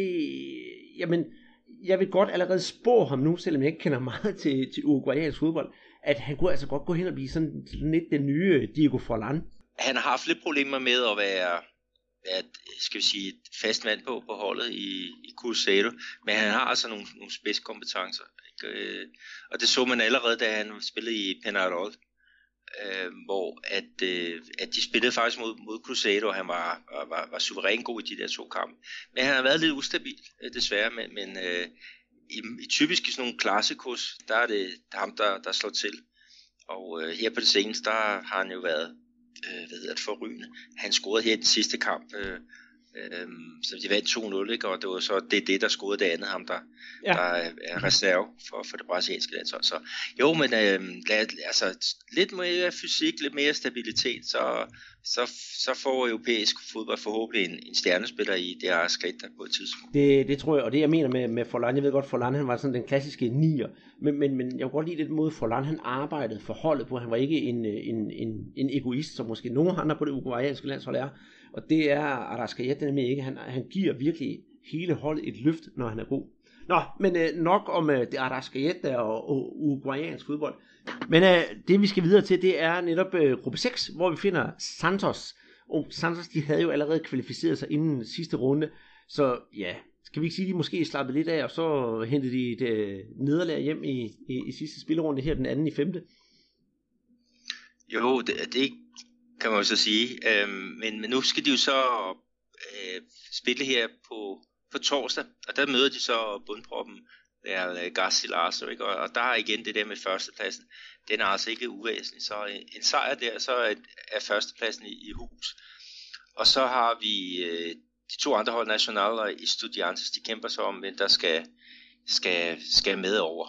jeg vil godt allerede spå ham nu, selvom jeg ikke kender meget til uruguayansk fodbold, at han kunne altså godt gå hen og blive sådan lidt den nye Diego Forlán. Han har haft lidt problemer med at være skal vi sige, et fast mand på holdet i Cruzeiro, men han har altså nogle spidskompetencer, ikke? Og det så man allerede, da han spillede i Peñarol, hvor at de spillede faktisk mod Cruzeiro, og han var suveræn god i de der 2 kampe. Men han har været lidt ustabil, desværre, men i typisk i sådan nogle klassikos, der er det ham, der slår til. Og her på det seneste, der har han jo været forrygende. Han scorede her i den sidste kamp, så de vandt 2-0, ikke? Og det var så det der scorede det andet, ham der er reserve for det brasilianske landshold. Så jo, men altså lidt mere fysik, lidt mere stabilitet, så får europæisk fodbold forhåbentlig en stjernespiller i det her skridt på et tidspunkt. Det tror jeg, og det jeg mener med Forlan, jeg ved godt, Forlan han var sådan den klassiske nier, men jeg kunne godt lide den måde, Forlan han arbejdede for holdet på. Han var ikke en egoist, som måske nogle andre på det uruguayanske landshold er, og det er Arrascaeta nemlig ikke. Han giver virkelig hele holdet et løft, når han er god. Nå, men nok om det Arrascaeta og uruguayansk fodbold. Men det vi skal videre til, det er netop gruppe 6, hvor vi finder Santos. Og Santos, de havde jo allerede kvalificeret sig inden sidste runde, så ja, skal vi ikke sige, at de måske slappede lidt af, og så hentede de et nederlag hjem i sidste spillerunde her, den anden i 5. Jo, det kan man jo så sige, men nu skal de jo så spille her på torsdag, og der møder de så bundproppen, det er Garcilaso, ikke? Og der er igen det der med førstepladsen, den er altså ikke uvæsentlig, så en sejr der, så er førstepladsen i hus. Og så har vi de 2 andre hold, Nacional og Estudiantes, de kæmper så om, hvem der skal med over.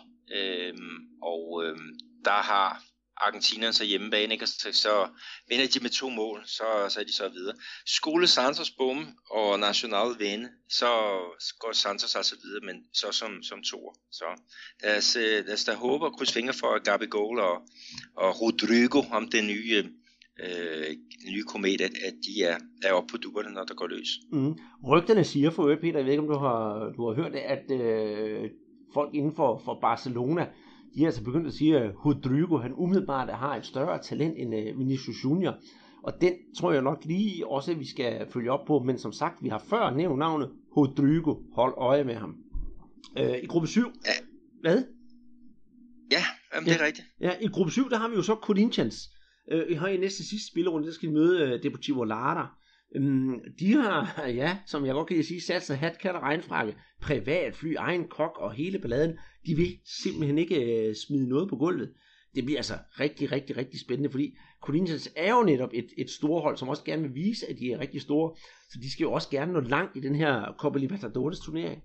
Der har Argentina så hjemmebane, ikke? Så vinder de med 2 mål, så er de så videre. Skulle Santos bomme og Nacional vinde, så går Santos altså videre, men så som 2'er. Så lad os da håbe og krydse fingre for Gabigol og Rodrigo, om den nye komet, at de er oppe på dupperne, når der går løs. Rygterne siger for øvrigt, Peter, jeg ved ikke om du har hørt det, at folk inden for Barcelona, de har altså begyndt at sige, at Rodrigo, han umiddelbart har et større talent end Vinicius Junior. Og den tror jeg nok lige også, at vi skal følge op på. Men som sagt, vi har før nævnt navnet Rodrigo. Hold øje med ham. I gruppe 7. Ja. Hvad? Ja, det er rigtigt. Ja, i gruppe 7, der har vi jo så Corinthians. Vi har i næste sidste spillerunde, der skal vi møde Deportivo Lara. De har, ja, som jeg godt kan sige, sat sig hat, kat og regnfrakke, privatfly, egen kok og hele balladen. De vil simpelthen ikke smide noget på gulvet. Det bliver altså rigtig, rigtig, rigtig spændende, fordi Corinthians er jo netop et storhold, som også gerne vil vise, at de er rigtig store. Så de skal jo også gerne nå langt i den her Copa Libertadores turnering.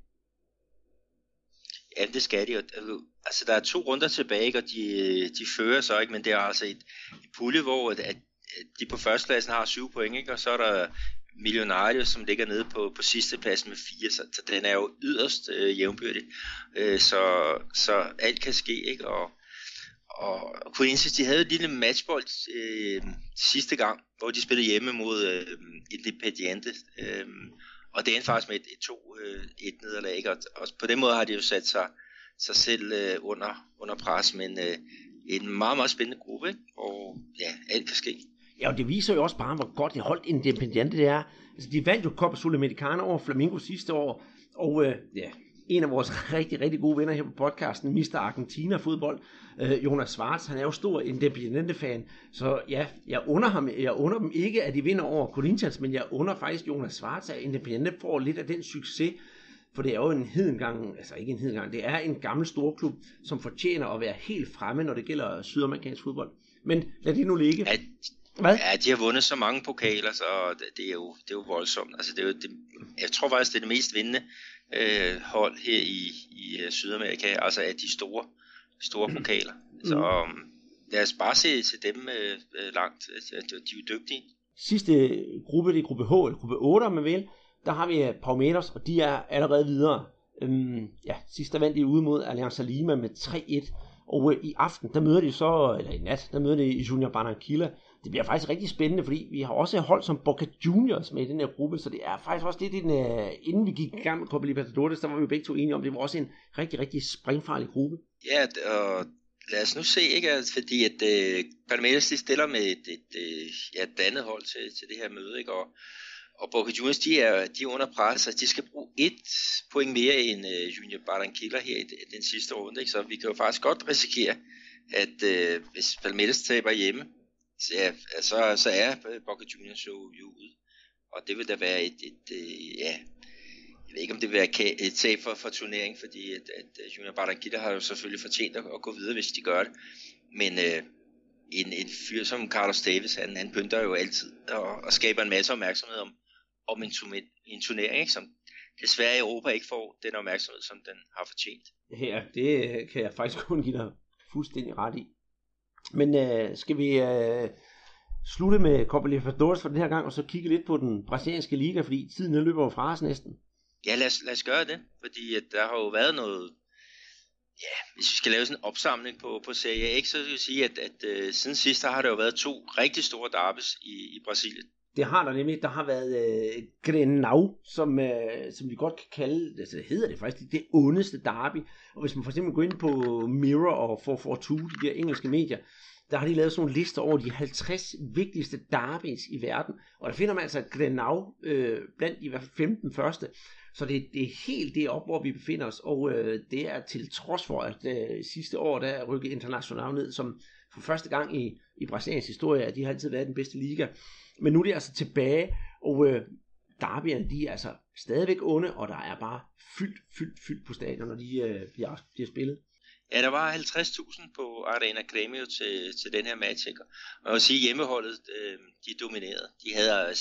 Ja, det skal de jo. Altså, der er 2 runder tilbage, ikke, og de fører så ikke, men det er altså et pulje, hvor at de på førstepladsen har 7 point, ikke, og så er der Millonarios, som ligger nede på sidste pladsen med 4, så den er jo yderst jævnbyrdig. Så alt kan ske, ikke, og Corinthians, de havde et lille matchbold sidste gang, hvor de spillede hjemme mod Independiente, og det endte faktisk med et 2-1 nederlag, ikke? Og på den måde har de jo sat sig selv under pres, men en meget, meget spændende gruppe, ikke? Og ja, alt kan ske. Ja, og det viser jo også bare, hvor godt det holdt Independiente det er. Altså, de vandt jo Copa Sudamericana over Flamengo sidste år, og en af vores rigtig, rigtig gode venner her på podcasten, Mr. Argentina fodbold, Jonas Schwartz, han er jo stor Independiente-fan, så ja, jeg under dem ikke, at de vinder over Corinthians, men jeg under faktisk Jonas Schwartz, at Independiente får lidt af den succes, for det er jo en hedengang, altså ikke en hedengang, det er en gammel storklub, som fortjener at være helt fremme, når det gælder sydamerikansk fodbold. Men lad det nu ligge. Hvad? Ja, de har vundet så mange pokaler, så det er jo voldsomt. Altså, det er jo jeg tror faktisk, det er det mest vindende hold her i Sydamerika, altså af de store pokaler. Så lad os bare se til dem langt. De er jo dygtige. Sidste gruppe, det er gruppe H, eller gruppe 8, om man vil. Der har vi Palmeiras, og de er allerede videre. Sidst der vandt de ude mod Alianza Lima med 3-1. Og i aften, der møder de så, eller i nat, der møder de Junior Barranquilla. Det bliver faktisk rigtig spændende, fordi vi har også et hold som Boca Juniors med i den her gruppe, så det er faktisk også lidt inden vi gik i gang med Copa Libertadores, der var vi begge to enige om, det var også en rigtig, rigtig springfarlig gruppe. Ja, og lad os nu se, ikke? Fordi at Palmeiras de stiller med et andet hold til det her møde, ikke? Og Boca Juniors, de er under pres, så de skal bruge 1 point mere end Junior Barranquilla her i den sidste runde. Ikke? Så vi kan jo faktisk godt risikere, at hvis Palmeiras taber hjemme, så er Boca Juniors jo ude. Og det vil da være jeg ved ikke om det vil være et tab for turneringen, fordi at Junior Barranquilla har jo selvfølgelig fortjent at gå videre, hvis de gør det. Men en fyr som Carlos Tevez, han pynter jo altid og skaber en masse opmærksomhed om en turnering, ikke? Som desværre Europa ikke får den opmærksomhed, som den har fortjent. Ja, det kan jeg faktisk kun give dig fuldstændig ret i. Men skal vi slutte med Copa Libertadores for den her gang, og så kigge lidt på den brasilianske liga, fordi tiden løber fra os næsten. Ja, lad os gøre det, fordi at der har jo været noget, hvis vi skal lave sådan en opsamling på Serie A, så vil jeg sige, at siden sidst har der jo været 2 rigtig store derbys i Brasilien. Det har der nemlig. Der har været Grenau, som vi godt kan kalde, altså det hedder det faktisk, det ondeste derby. Og hvis man for eksempel går ind på Mirror og 442, de der engelske medier, der har de lavet sådan nogle lister over de 50 vigtigste derbys i verden. Og der finder man altså Grenau blandt i hvert fald 15 første. Så det er helt deroppe, hvor vi befinder os. Og det er til trods for, at sidste år, der er rykket Internacional ned, som for første gang i Brasiliens historie, at de har altid været den bedste liga. Men nu er de altså tilbage, og derbyerne, de er altså stadigvæk onde, og der er bare fyldt på stadion, når de bliver spillet. Ja, der var 50.000 på Arena Grêmio til den her match, ikke? Og jeg vil sige, hjemmeholdet, de dominerede. De havde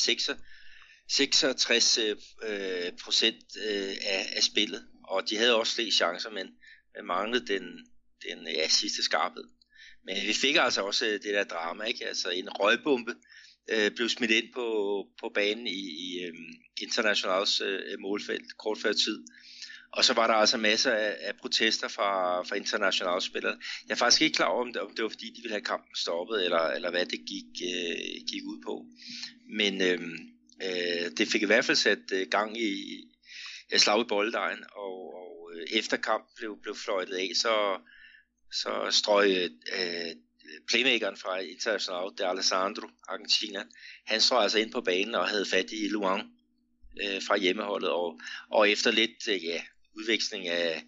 66% af spillet, og de havde også flere chancer, men manglede den sidste skarphed. Men vi fik altså også det der drama, ikke? Altså en røgbombe blev smidt ind på banen i Internationals målfelt kort før tid. Og så var der altså masser af protester fra Internationals spillere. Jeg er faktisk ikke klar over, om det var fordi, de ville have kampen stoppet, eller hvad det gik ud på. Men det fik i hvert fald sat gang i slag i bolddejen, og efter kampen blev fløjtet af, så strøg playmakeren fra Internacional, de Alessandro, Argentina, han strøg altså ind på banen og havde fat i Luan fra hjemmeholdet, og efter lidt udveksling af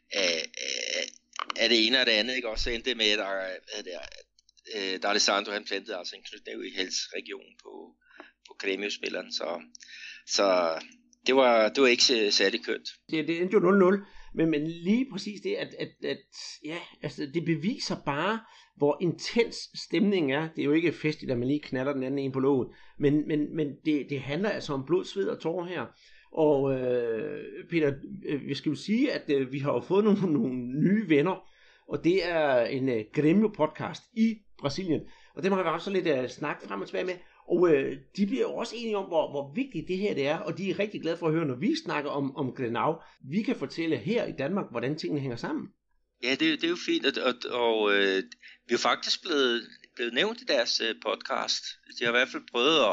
det ene og det andet, ikke? Også endte med, at Alessandro han plantede altså en knytnæve i halsregionen på Grêmio-spilleren, så det var ikke særlig kønt. Det endte jo 0-0, men lige præcis det, altså det beviser bare, hvor intens stemningen er. Det er jo ikke festligt, at man lige knaller den anden en på låget, men det handler altså om blod, sved og tårer her. Og Peter, vi skal jo sige, at vi har jo fået nogle nye venner, og det er en Grêmio-podcast i Brasilien, og dem har vi haft så lidt snak frem og tilbage med. Og de bliver jo også enige om, hvor vigtigt det her det er, og de er rigtig glade for at høre, når vi snakker om Grenau. Vi kan fortælle her i Danmark, hvordan tingene hænger sammen. Ja, det er jo fint, og vi er faktisk blevet nævnt i deres podcast. De har i hvert fald prøvet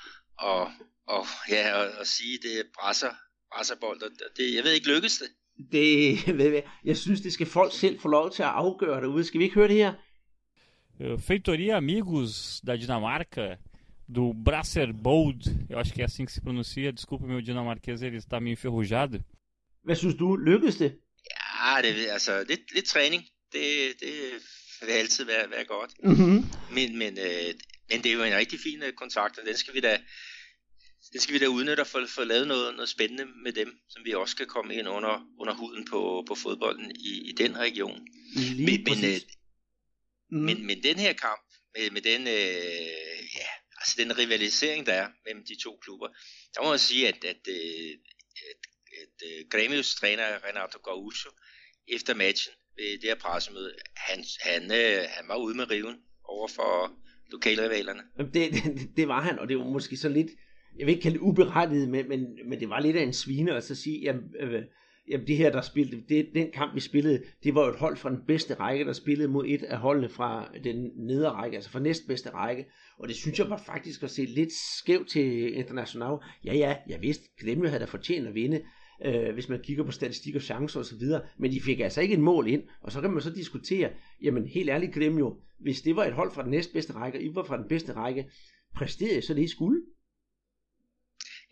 at sige, det er brasserbold, og det, jeg ved ikke, lykkes det? Det ved jeg. Jeg synes, det skal folk selv få lov til at afgøre derude. Skal vi ikke høre det her? Feitoria Amigos da Dinamarca, do Brasserbold, eu acho que er assim que se pronuncia, desculpa meu dinamarquês, ele está meio enferrujado. Hvad synes du, lykkedes det? Ja, altså lidt træning, det vil altid være godt. Mm-hmm. Men det er jo en rigtig fin kontakt, og den skal vi da udnytte og få lavet noget spændende med dem, som vi også kan komme ind under huden på fodbolden i den region. Men den her kamp med den altså den rivalisering der er mellem de to klubber, der må jeg sige at Grêmios træner Renato Gaúcho efter matchen ved det her pressemøde, han var ude med riven over for lokalrivalerne. Det var han, og det var måske så lidt, jeg vil ikke kalde det uberettiget, men det var lidt af en svine at så sige, jamen det her der spillede, den kamp vi spillede, det var jo et hold fra den bedste række, der spillede mod et af holdene fra den nedre række, altså fra næstbedste række, og det synes jeg var faktisk at se lidt skævt til Internacional. Ja, jeg vidste, Grêmio havde da fortjent at vinde, hvis man kigger på statistik og chancer og så videre, men de fik altså ikke et mål ind, og så kan man så diskutere, jamen helt ærligt Grêmio, hvis det var et hold fra den næstbedste række, og I var fra den bedste række, præsterede så det I skulle?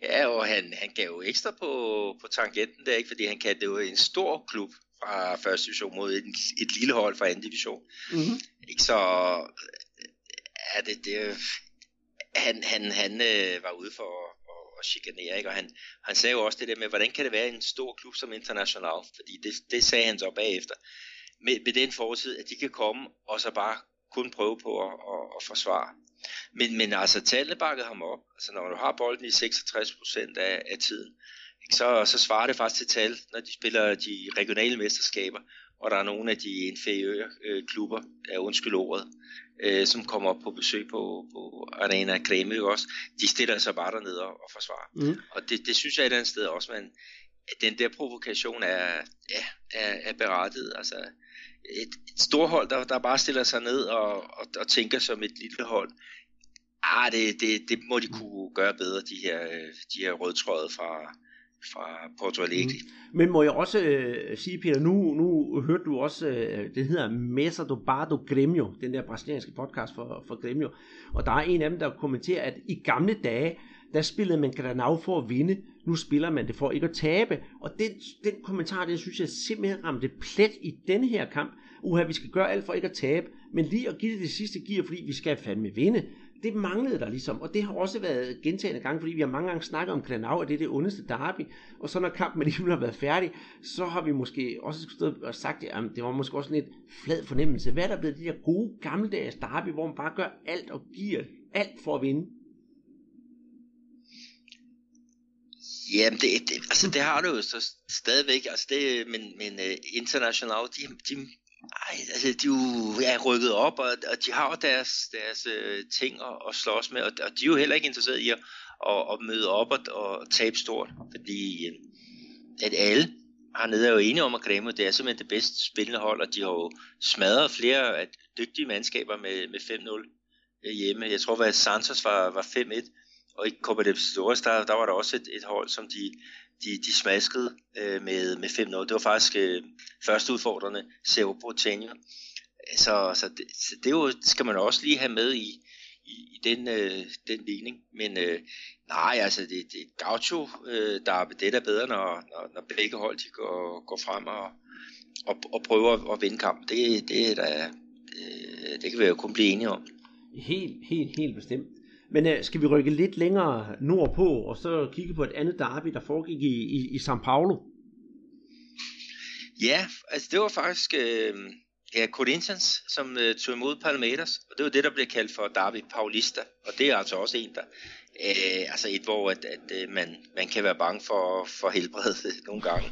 Ja, og han gav jo ekstra på tangenten der, ikke? Fordi han kan det jo en stor klub fra første division mod et lille hold fra anden division. Mm-hmm. Ikke så er det han var ude for at chikanere, ikke? Og han sagde jo også det der med, hvordan kan det være en stor klub som International, fordi det sagde han så bagefter, med den fortid, at de kan komme og så bare kun prøve på at forsvare. Men altså tallene bakkede ham op. Altså når du har bolden i 66% af tiden, ikke, så svarer det faktisk til tal, når de spiller de regionale mesterskaber, og der er nogle af de inferiøre klubber, undskyld ordet, som kommer op på besøg på Arena Kreml også. De stiller sig bare dernede og forsvarer. Mm. Og det synes jeg et andet sted også, at den der provokation er berettiget. Altså et stort hold, der bare stiller sig ned og tænker som et lille hold. Det må de kunne gøre bedre, de her rødtråde fra Porto Alegre. Men må jeg også sige, Peter, nu hørte du også, det hedder Mesa do Bar do Grêmio, den der brasilianske podcast for Grêmio, og der er en af dem, der kommenterer, at i gamle dage, der spillede man Granau for at vinde, nu spiller man det for ikke at tabe, og den kommentar, den synes jeg simpelthen ramte plet i denne her kamp. Vi skal gøre alt for ikke at tabe, men lige at give det sidste gear, fordi vi skal fandme vinde. Det manglede der ligesom, og det har også været gentagende gange, fordi vi har mange gange snakket om Granau, at det er det ondeste derby, og så når kampen alligevel har været færdig, så har vi måske også stået og sagt, at det var måske også en lidt flad fornemmelse. Hvad er der blevet de der gode gammeldags derby, hvor man bare gør alt og giver alt for at vinde? Jamen, det har du jo så stadigvæk, altså men International, de er rykket op, og de har jo deres ting at slås med, og de er jo heller ikke interesseret i at møde op og tabe stort, fordi at alle hernede er jo enige om, at Grêmio, det er simpelthen det bedste spillende hold, og de har jo smadret flere af dygtige mandskaber med 5-0 hjemme. Jeg tror, at Santos var 5-1, og i Copa Libertadores, der var der også et hold, som de smaskede med 5-0. Det var faktisk første udfordrende Cerro Porteño. Så det jo, skal man også lige have med i den ligning. Men nej, altså det er Gaucho, det er da bedre, når begge hold de går frem og prøver at vinde kampen. Det kan vi jo kun blive enige om. Helt bestemt. Men skal vi rykke lidt længere nordpå, og så kigge på et andet derby, der foregik i São Paulo? Ja, altså det var faktisk Corinthians, som tog imod Palmeiras, og det var det, der blev kaldt for Derby Paulista, og det er altså også en, der altså et, hvor at man kan være bange for helbredet nogle gange,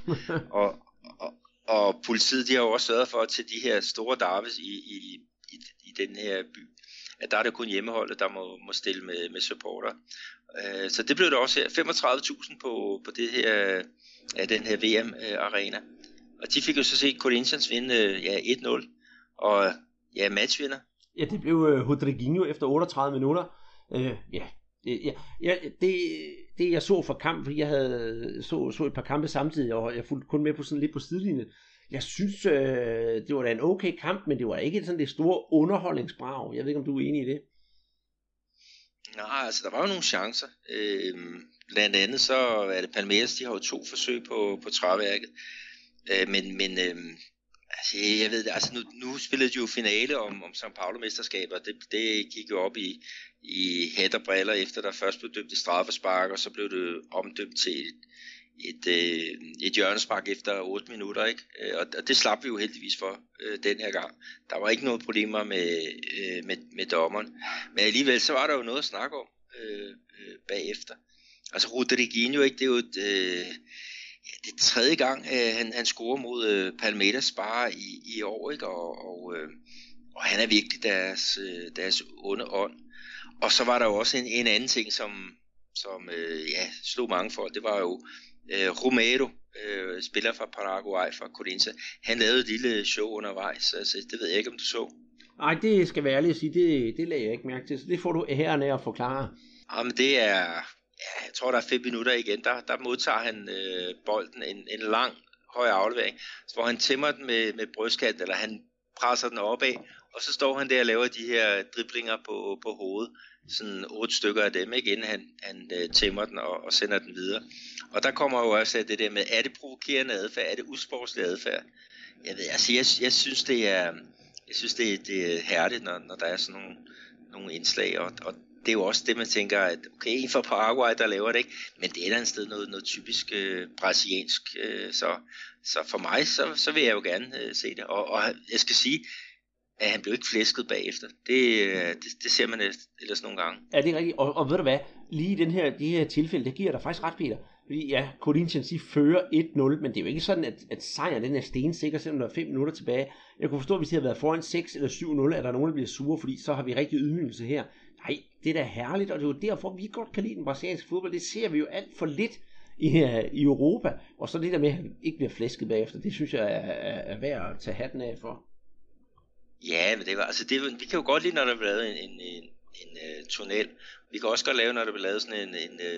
og politiet, de har jo også sørget for til de her store derbys i den her by, at der er det kun hjemmeholdet, der må stille med supporter. Så det blev der også her. 35.000 på det her, den her VM-arena. Og de fik jo så set Corinthians vinde 1-0. Og matchvinder. Ja, det blev Rodriguinho efter 38 minutter. Det jeg så fra kampen, fordi jeg havde så et par kampe samtidig, og jeg fulgte kun med på sådan lidt på sidelinjen. Jeg synes, det var da en okay kamp, men det var ikke sådan det store underholdningsbrag. Jeg ved ikke, om du er enig i det? Nej, altså der var jo nogle chancer. Blandt andet så er det Palmeiras, de har jo 2 forsøg på træværket. Men altså, jeg ved det, altså nu spillede de jo finale om São Paulo-mesterskaber. Det gik jo op i hat og briller, efter der først blev dømt i straffespark, og så blev det omdømt til et hjørnespark efter 8 minutter, ikke? Og det slap vi jo heldigvis for den her gang. Der var ikke noget problemer med dommeren. Men alligevel så var der jo noget at snakke om bagefter. Altså Rodriguinho, ikke? Det er jo det tredje gang, han scorer mod Palmeiras bare i år, ikke? Og han er virkelig deres onde ånd. Og så var der jo også en anden ting, som slog mange for. Det var jo Romero, spiller fra Paraguay, fra Corinthians. Han lavede et lille show undervejs, altså, det ved jeg ikke, om du så. Nej, det skal være ærligt at sige, det lagde jeg ikke mærke til, så det får du herren af at forklare. Jamen det er, jeg tror der er 5 minutter igen, der modtager han bolden, en lang høj aflevering, hvor han tæmmer den med brystkanten, eller han presser den opad, og så står han der og laver de her driblinger på hovedet, sådan 8 stykker af dem, ikke, inden han tæmmer den og sender den videre. Og der kommer jo også det der med, er det provokerende adfærd, er det usportslig adfærd? Jeg ved, altså jeg synes det er herligt, når der er sådan nogle indslag, og det er jo også det, man tænker, at okay, en fra Paraguay, der laver det, ikke? Men det er et eller andet sted noget typisk brasiliansk, så for mig, så vil jeg jo gerne se det. Og jeg skal sige, at han blev ikke flæsket bagefter. Det ser man ellers nogle gange. Ja, det er rigtigt. Og ved du hvad, lige i det her tilfælde, det giver dig faktisk ret, Peter. Fordi ja, Corinthians fører 1-0, men det er jo ikke sådan, at sejren den er stensikker, selvom der er 5 minutter tilbage. Jeg kunne forstå, at hvis de havde været foran 6 eller 7-0, at der er nogen, der bliver sure, fordi så har vi rigtig ydmygelse her. Nej, det er da herligt, og det er jo derfor, vi godt kan lide den brasilianske fodbold. Det ser vi jo alt for lidt i Europa. Og så det der med, at han ikke bliver flæsket bagefter, det synes jeg er værd at tage hatten af for. Ja, men vi kan jo godt lide, når der bliver lavet en tunnel. Vi kan også godt lave, når der bliver lavet sådan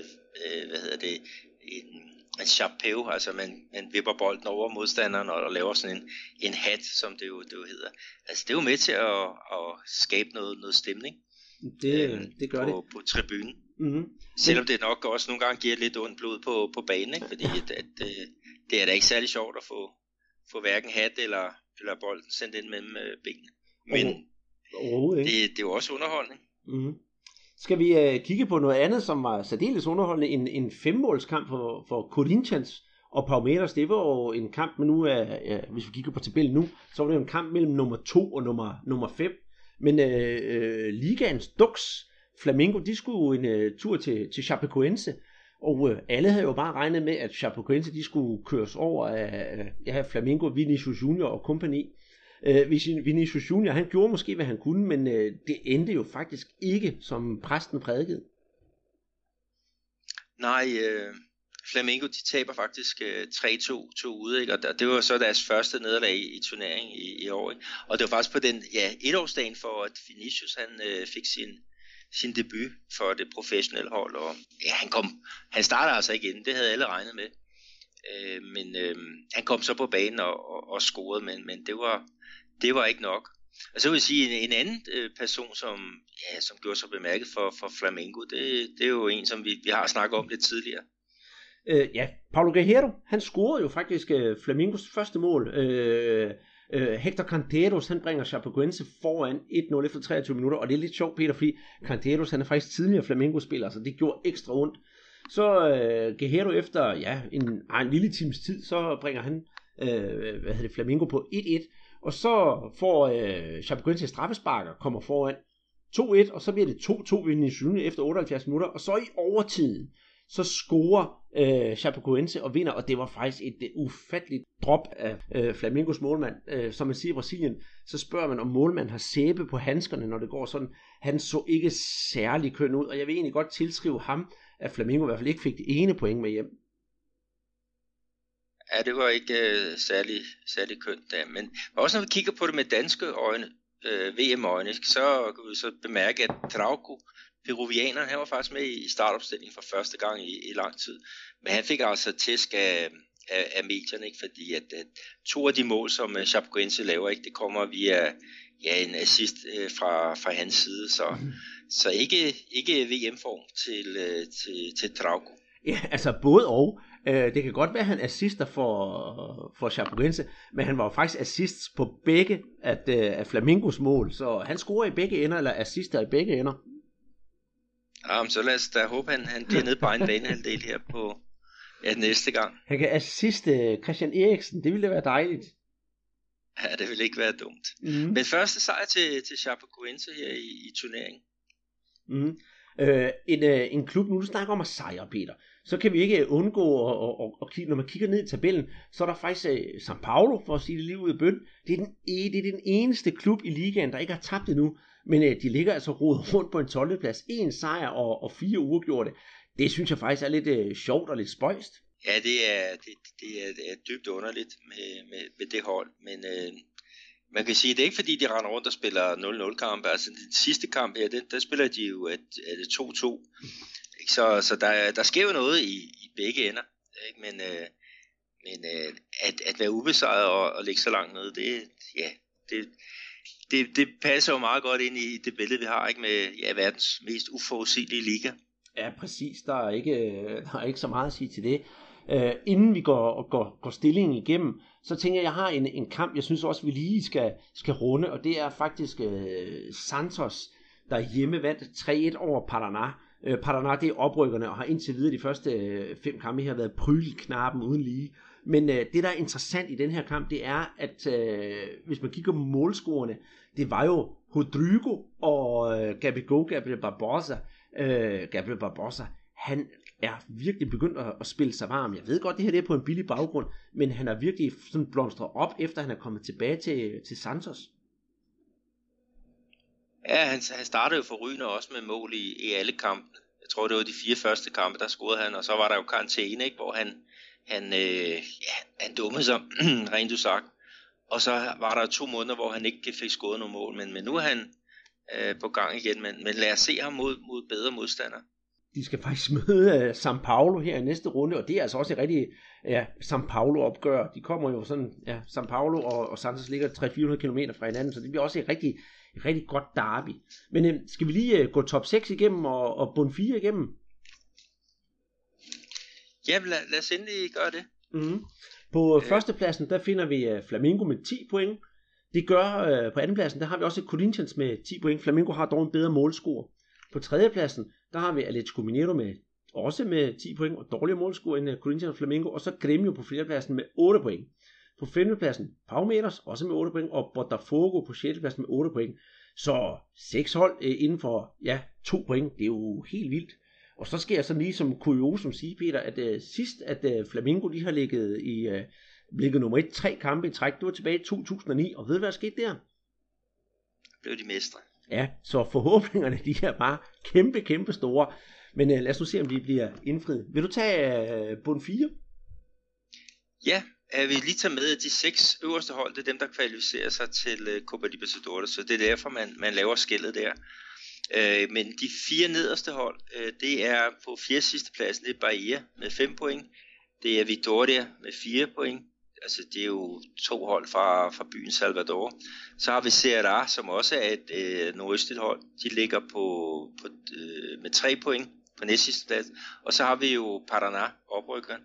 en chapéu, altså man vipper bolden over modstanderen og laver sådan en hat, som det jo hedder. Altså det er jo med til at skabe noget stemning. Det gør det. På tribunen. Mm-hmm. Selvom det nok også nogle gange giver lidt ondt blod på banen, ikke? Fordi det er da ikke særlig sjovt at få hverken hat eller bolden sendt ind mellem benene. Men det er jo også underholdning. Mm-hmm. Skal vi kigge på noget andet, som var særdeles underholdende, en 5-målskamp for Corinthians og Palmeiras? Det var jo en kamp, men nu hvis vi kigger på tabellen nu, så var det jo en kamp mellem nummer 2 og nummer 5. Men ligaens Dux, Flamengo, de skulle en tur til Chapecoense, og alle havde jo bare regnet med, at Chapecoense de skulle køres over af Flamengo, Vinicius Junior og kompagni. Vinicius Junior, han gjorde måske, hvad han kunne, men det endte jo faktisk ikke, som præsten prædikede. Nej, Flamengo, de taber faktisk 3-2 ude, ikke? Og det var så deres første nederlag i turneringen i år, ikke? Og det var faktisk på den etårsdagen for, at Vinicius han fik sin debut for det professionelle hold, og ja, han starter altså ikke inden, det havde alle regnet med. Men han kom så på banen og scorede, men det var ikke nok. Og så vil jeg sige, en anden person, som gjorde sig bemærket for Flamengo, det er jo en, som vi har snakket om lidt tidligere. Paulo Guerrero, han scorede jo faktisk Flamengos første mål. Hector Canteiros, han bringer Chapecoense foran 1-0 efter 23 minutter, og det er lidt sjovt, Peter, fordi Canteiros, han er faktisk tidligere Flamengo-spiller, så det gjorde ekstra ondt. Så Guerrero efter en lille times tid, så bringer han Flamengo på 1-1, og så får Chapecoense straffesparker, kommer foran 2-1, og så bliver det 2-2 ved Nisun efter 78 minutter, og så i overtiden, så scorer Chapecoense og vinder, og det var faktisk et ufatteligt drop af Flamengos målmand. Som man siger i Brasilien, så spørger man, om målmanden har sæbe på handskerne, når det går sådan. Han så ikke særlig køn ud, og jeg vil egentlig godt tilskrive ham, at Flamengo i hvert fald ikke fik det ene point med hjem. Ja, det var ikke særlig kønt da, men også når vi kigger på det med danske øjne, VM-øjne, så kan vi så bemærke, at Trauco, peruvianeren, han var faktisk med i startopstillingen for første gang i lang tid. Men han fik altså tæsk af medierne, ikke? Fordi at 2 af de mål, som Chapecoense laver, ikke, det kommer via en assist fra hans side. Så ikke VM-form til Trauco. Ja, altså både og. Det kan godt være, at han assister for Chapecoense, men han var faktisk assist på begge af Flamengos mål. Så han scorer i begge ender, eller assister i begge ender. Ja, så lad os da håbe, han bliver nede på en banehalvdel her på næste gang. Han kan assiste Christian Eriksen, det ville da være dejligt. Ja, det ville ikke være dumt. Mm-hmm. Men første sejr til Chapecoense her i turneringen. Mm-hmm. En klub, nu du snakker om at sejre, Peter, så kan vi ikke undgå at kigge, når man kigger ned i tabellen, så er der faktisk São Paulo, for at sige det lige ud af bøn. Det er den eneste klub i ligaen, der ikke har tabt endnu, men de ligger altså rodet rundt på en 12. plads. 1 sejr og 4 uafgjorte. Det synes jeg faktisk er lidt sjovt og lidt spøjst. Ja, det er dybt underligt med det hold, men man kan sige, at det er ikke fordi, de render rundt og spiller 0-0 kampe. Altså den sidste kamp her, der spiller de jo 2-2. Så der sker jo noget i begge ender. Ikke? Men at være ubesejret og ligge så langt nede, det passer jo meget godt ind i det billede, vi har, ikke, med verdens mest uforudsigelige liga. Ja, præcis. Der er ikke så meget at sige til det. Inden vi går stillingen igennem, så tænker jeg har en kamp, jeg synes også, vi lige skal runde, og det er faktisk Santos, der hjemme vandt 3-1 over Paraná. Paraná, det er oprykkerne, og har indtil videre de første 5 kampe her været prylknappen uden lige. Men det, der er interessant i den her kamp, det er, at hvis man kigger på målscorerne, det var jo Rodrigo og Gabriel Barbosa. Gabriel Barbosa, han er virkelig begyndt at spille sig varm. Jeg ved godt, det her det er på en billig baggrund, men han er virkelig sådan blomstret op, efter han er kommet tilbage til Santos. Ja, han startede jo for rygende også med mål i alle kampene. Jeg tror, det var de 4 første kampe, der scorede han, og så var der jo karantæne, ikke, hvor han dummede sig, rent du sagt. Og så var der 2 måneder, hvor han ikke fik scoret nogen mål, men nu er han på gang igen. Men lad os se ham mod bedre modstandere. De skal faktisk møde São Paulo her i næste runde, og det er altså også et rigtigt São Paulo-opgør. De kommer jo sådan, São Paulo og Santos ligger 300-400 km fra hinanden, så det bliver også et rigtig godt derby. Men skal vi lige gå top 6 igennem og bund 4 igennem? Ja, lad os endelig gøre det. Mm-hmm. På førstepladsen, der finder vi Flamengo med 10 point. Det gør på andenpladsen, der har vi også Corinthians med 10 point. Flamengo har dog en bedre målscore. På tredjepladsen, der har vi Atlético Mineiro også med 10 point og dårligere målscore end Corinthians og Flamengo. Og så Grêmio på fjerdepladsen med 8 point. På femtepladsen Palmeiras også med 8 point, og Botafogo på sjettepladsen med 8 point. Så 6 hold inden for 2 point, det er jo helt vildt. Og så skal jeg sådan lige som kuriosum sige, Peter, at sidst at Flamengo lige har ligget nummer 1 3 kampe i træk, det var tilbage i 2009, og ved du hvad der skete der? Blev de mestre. Ja, så forhåbningerne de er bare kæmpe store. Men lad os nu se, om de bliver indfriet. Vil du tage bund 4? Ja, jeg vil lige tage med, at de 6 øverste hold, det er dem, der kvalificerer sig til Copa Libertadores, så det er derfor, man laver skellet der. Men de 4 nederste hold, det er på 4. sidste pladsen, det er Bahia med 5 point. Det er Vitória med 4 point. Altså det er jo 2 hold fra byen Salvador. Så har vi Ceará, som også er et nordøstligt hold. De ligger med 3 point på næst sidste plads. Og så har vi jo Paraná, oprykkeren,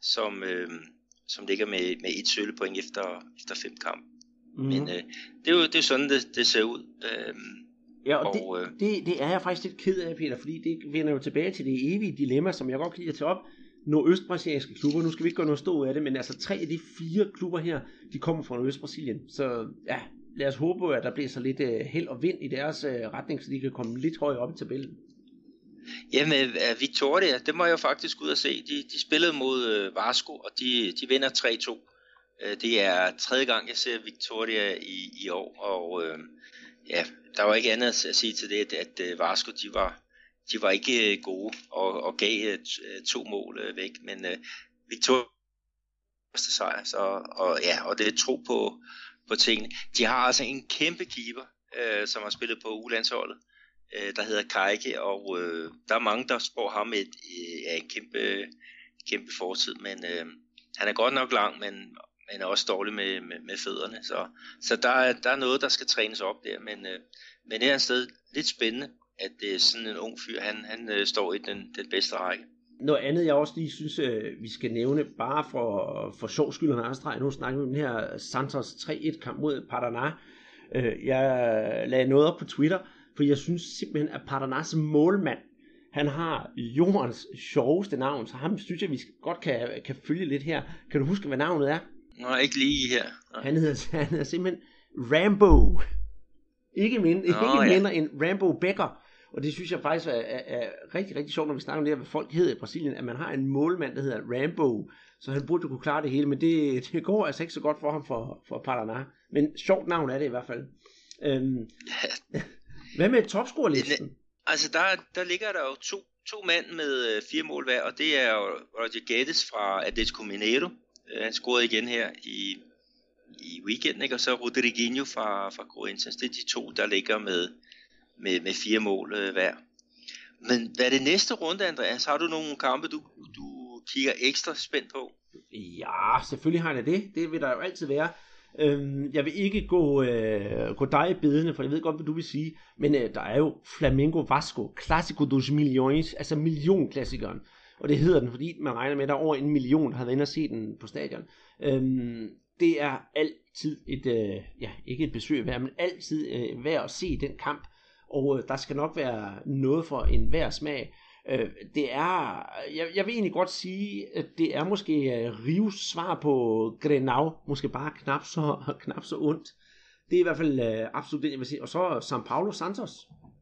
som ligger med 1 sølvpoint efter 5 kampe. Men det er jo sådan, det ser ud. Ja, og det er jeg faktisk lidt ked af, Peter, fordi det vender jo tilbage til det evige dilemma, som jeg godt kan lide at tage op. Nordøstbrasilianske klubber, nu skal vi ikke gøre noget stå af det, men altså 3 af de 4 klubber her, de kommer fra Nordøstbrasilien. Så ja, lad os håbe, at der bliver så lidt held og vind i deres retning, så de kan komme lidt højere op i tabellen. Jamen, Vitória, det må jeg jo faktisk ud og se. De spillede mod Vasco, og de vinder 3-2. Det er 3. gang, jeg ser Vitória i år, og der var ikke andet at sige til det, at Vasco, de var ikke gode og gav 2 mål væk, men Vitória første sejr, og det er tro på tingene. De har altså en kæmpe keeper, som har spillet på U-landsholdet, der hedder Kajke, og der er mange, der spår ham en kæmpe fortid, men han er godt nok lang, men er også dårlig med fødderne, så der er noget, der skal trænes op der, men det er et sted lidt spændende, at det er sådan en ung fyr, han står i den bedste række. Noget andet, jeg også lige synes, vi skal nævne, bare for sjov skyld og anstreg, nu snakker vi om den her Santos 3-1 kamp mod Paraná. Jeg lagde noget op på Twitter, for jeg synes simpelthen, at Paranas målmand, han har jordens sjoveste navn, så ham synes jeg, vi godt kan følge lidt her. Kan du huske, hvad navnet er? Nå, ikke lige her. Han hedder simpelthen Rambo. Ikke mindre end Rambo Becker. Og det synes jeg faktisk er rigtig, rigtig sjovt, når vi snakker om det her, hvad folk hedder i Brasilien, at man har en målmand, der hedder Rambo, så han burde kunne klare det hele, men det går altså ikke så godt for ham for Paraná. Men sjovt navn er det i hvert fald. Hvad med topscorerlisten? Altså der ligger der jo to mænd med 4 mål hver, og det er Roger Guedes fra Atlético Mineiro. Han scorede igen her i weekenden, ikke? Og så Rodriguinho fra Corinthians. Det er de 2, der ligger med 4 mål hver. Men hvad er det næste runde, Andreas? Har du nogle kampe, du kigger ekstra spændt på? Ja, selvfølgelig har jeg det. Det vil der jo altid være. Jeg vil ikke gå dig i bedene, for jeg ved godt, hvad du vil sige, men der er jo Flamengo Vasco, Clásico dos Milhões, altså millionklassikeren, og det hedder den, fordi man regner med, at der er over 1 million, der har været inde og set den på stadion. Det er altid ikke et besøg værd, men altid værd at se den kamp, og der skal nok være noget for enhver smag. Det er, jeg vil egentlig godt sige, at det er måske Rios svar på Grenau, måske bare knap så ondt. Det er i hvert fald absolut det, jeg vil sige. Og så São Paulo Santos.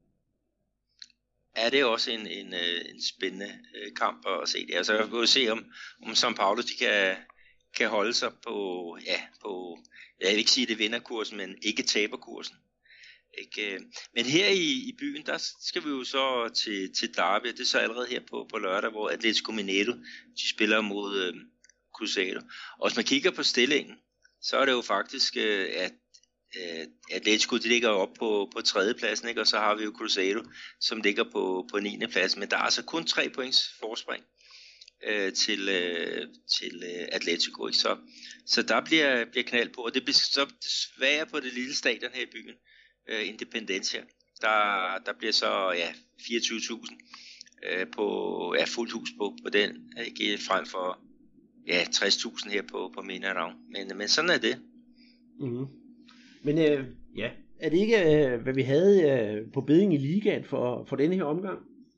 Ja, det er også en spændende kamp at se det. Altså, jeg vil se, om São Paulo de kan holde sig på, jeg vil ikke sige det vinderkursen, men ikke taberkursen. Ikke? Men her i byen, der skal vi jo så til Derby. Det er så allerede her på lørdag, hvor Atlético Mineiro de spiller mod Cruzeiro. Og hvis man kigger på stillingen, så er det jo faktisk, at Atlético de ligger op på 3. pladsen, ikke? Og så har vi jo Cruzeiro, som ligger på 9. pladsen. Men der er altså kun 3 points forspring til Atlético. Ikke? Så der bliver knald på, og det bliver så desværre på det lille stadion her i byen. Independencia. Der bliver så 24.000 på fuldt hus på den, ikke frem for 60.000 her på Mineirão. Men sådan er det. Mm-hmm. Men er det ikke hvad vi havde på beding i ligaen for denne her omgang?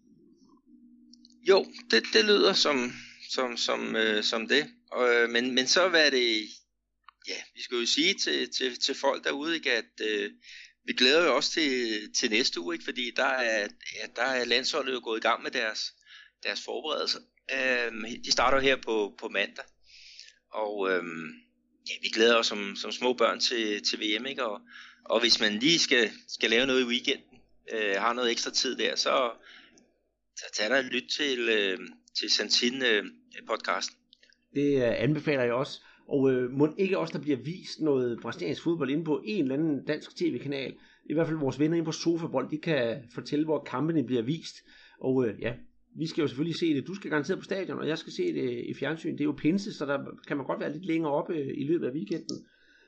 Jo, det lyder som det. Men så var det vi skal jo sige til folk derude, ikke, at vi glæder jo også til næste uge, ikke? Fordi der er landsholdet jo gået i gang med deres forberedelser. De starter jo her på mandag, og vi glæder os som små børn til VM, ikke? Og hvis man lige skal lave noget i weekenden, har noget ekstra tid der, så tag der et lyt til Santin podcasten. Det anbefaler jeg også. Og må ikke også, der bliver vist noget brasiliansk fodbold inde på en eller anden dansk tv-kanal. I hvert fald vores venner inde på Sofabold, de kan fortælle, hvor kampene bliver vist. Og vi skal jo selvfølgelig se det. Du skal garanteret på stadion, og jeg skal se det i fjernsyn. Det er jo pinse, så der kan man godt være lidt længere oppe i løbet af weekenden.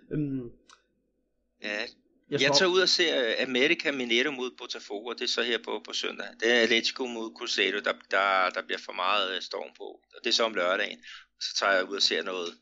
Jeg tager ud og ser América Mineiro mod Botafogo, og det er så her på søndag. Det er Atlético mod Cruzeiro, der bliver for meget storm på. Og det er så om lørdagen. Så tager jeg ud og ser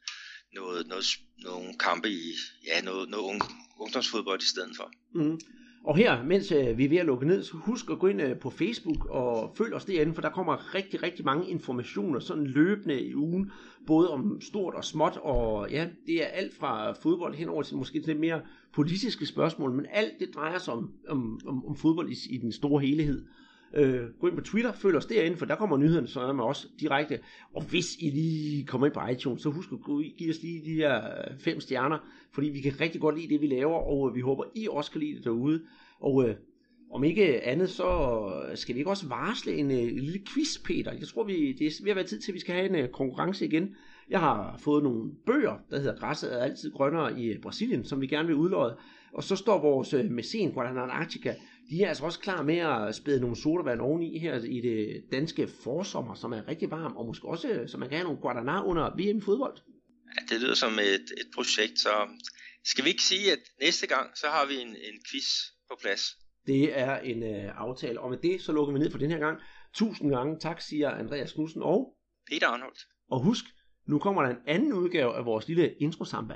nogle kampe i noget ungdomsfodbold i stedet for. Mm. Og her, mens vi er ved at lukke ned, så husk at gå ind på Facebook og følg os derinde, for der kommer rigtig, rigtig mange informationer sådan løbende i ugen, både om stort og småt, og det er alt fra fodbold henover til måske til mere politiske spørgsmål, men alt det drejer sig om fodbold i den store helhed. Gå ind på Twitter, følg os derinde, for der kommer nyhederne så med os direkte. Og hvis I lige kommer ind på iTunes, så husk at give os lige de her 5 stjerner, fordi vi kan rigtig godt lide det, vi laver, og vi håber, I også kan lide det derude. Og om ikke andet, så skal vi ikke også varsle en lille quiz, Peter. Jeg tror, det er ved at være tid til, at vi skal have en konkurrence igen. Jeg har fået nogle bøger, der hedder Græsset er altid grønnere i Brasilien, som vi gerne vil udlodde. Og så står vores mæcen Guaraná Antarctica. De er altså også klar med at spæde nogle sodavand oveni her i det danske forsommer, som er rigtig varm, og måske også, så man kan have nogle Guaraná under VM-fodbold. Ja, det lyder som et projekt, så skal vi ikke sige, at næste gang, så har vi en quiz på plads. Det er en aftale, og med det, så lukker vi ned for den her gang. 1000 gange tak, siger Andreas Knudsen og Peter Arnholdt. Og husk, nu kommer der en anden udgave af vores lille intro-samba.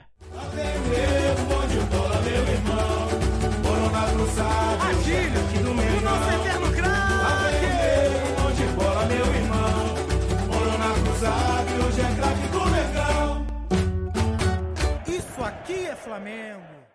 Isso aqui é Flamengo.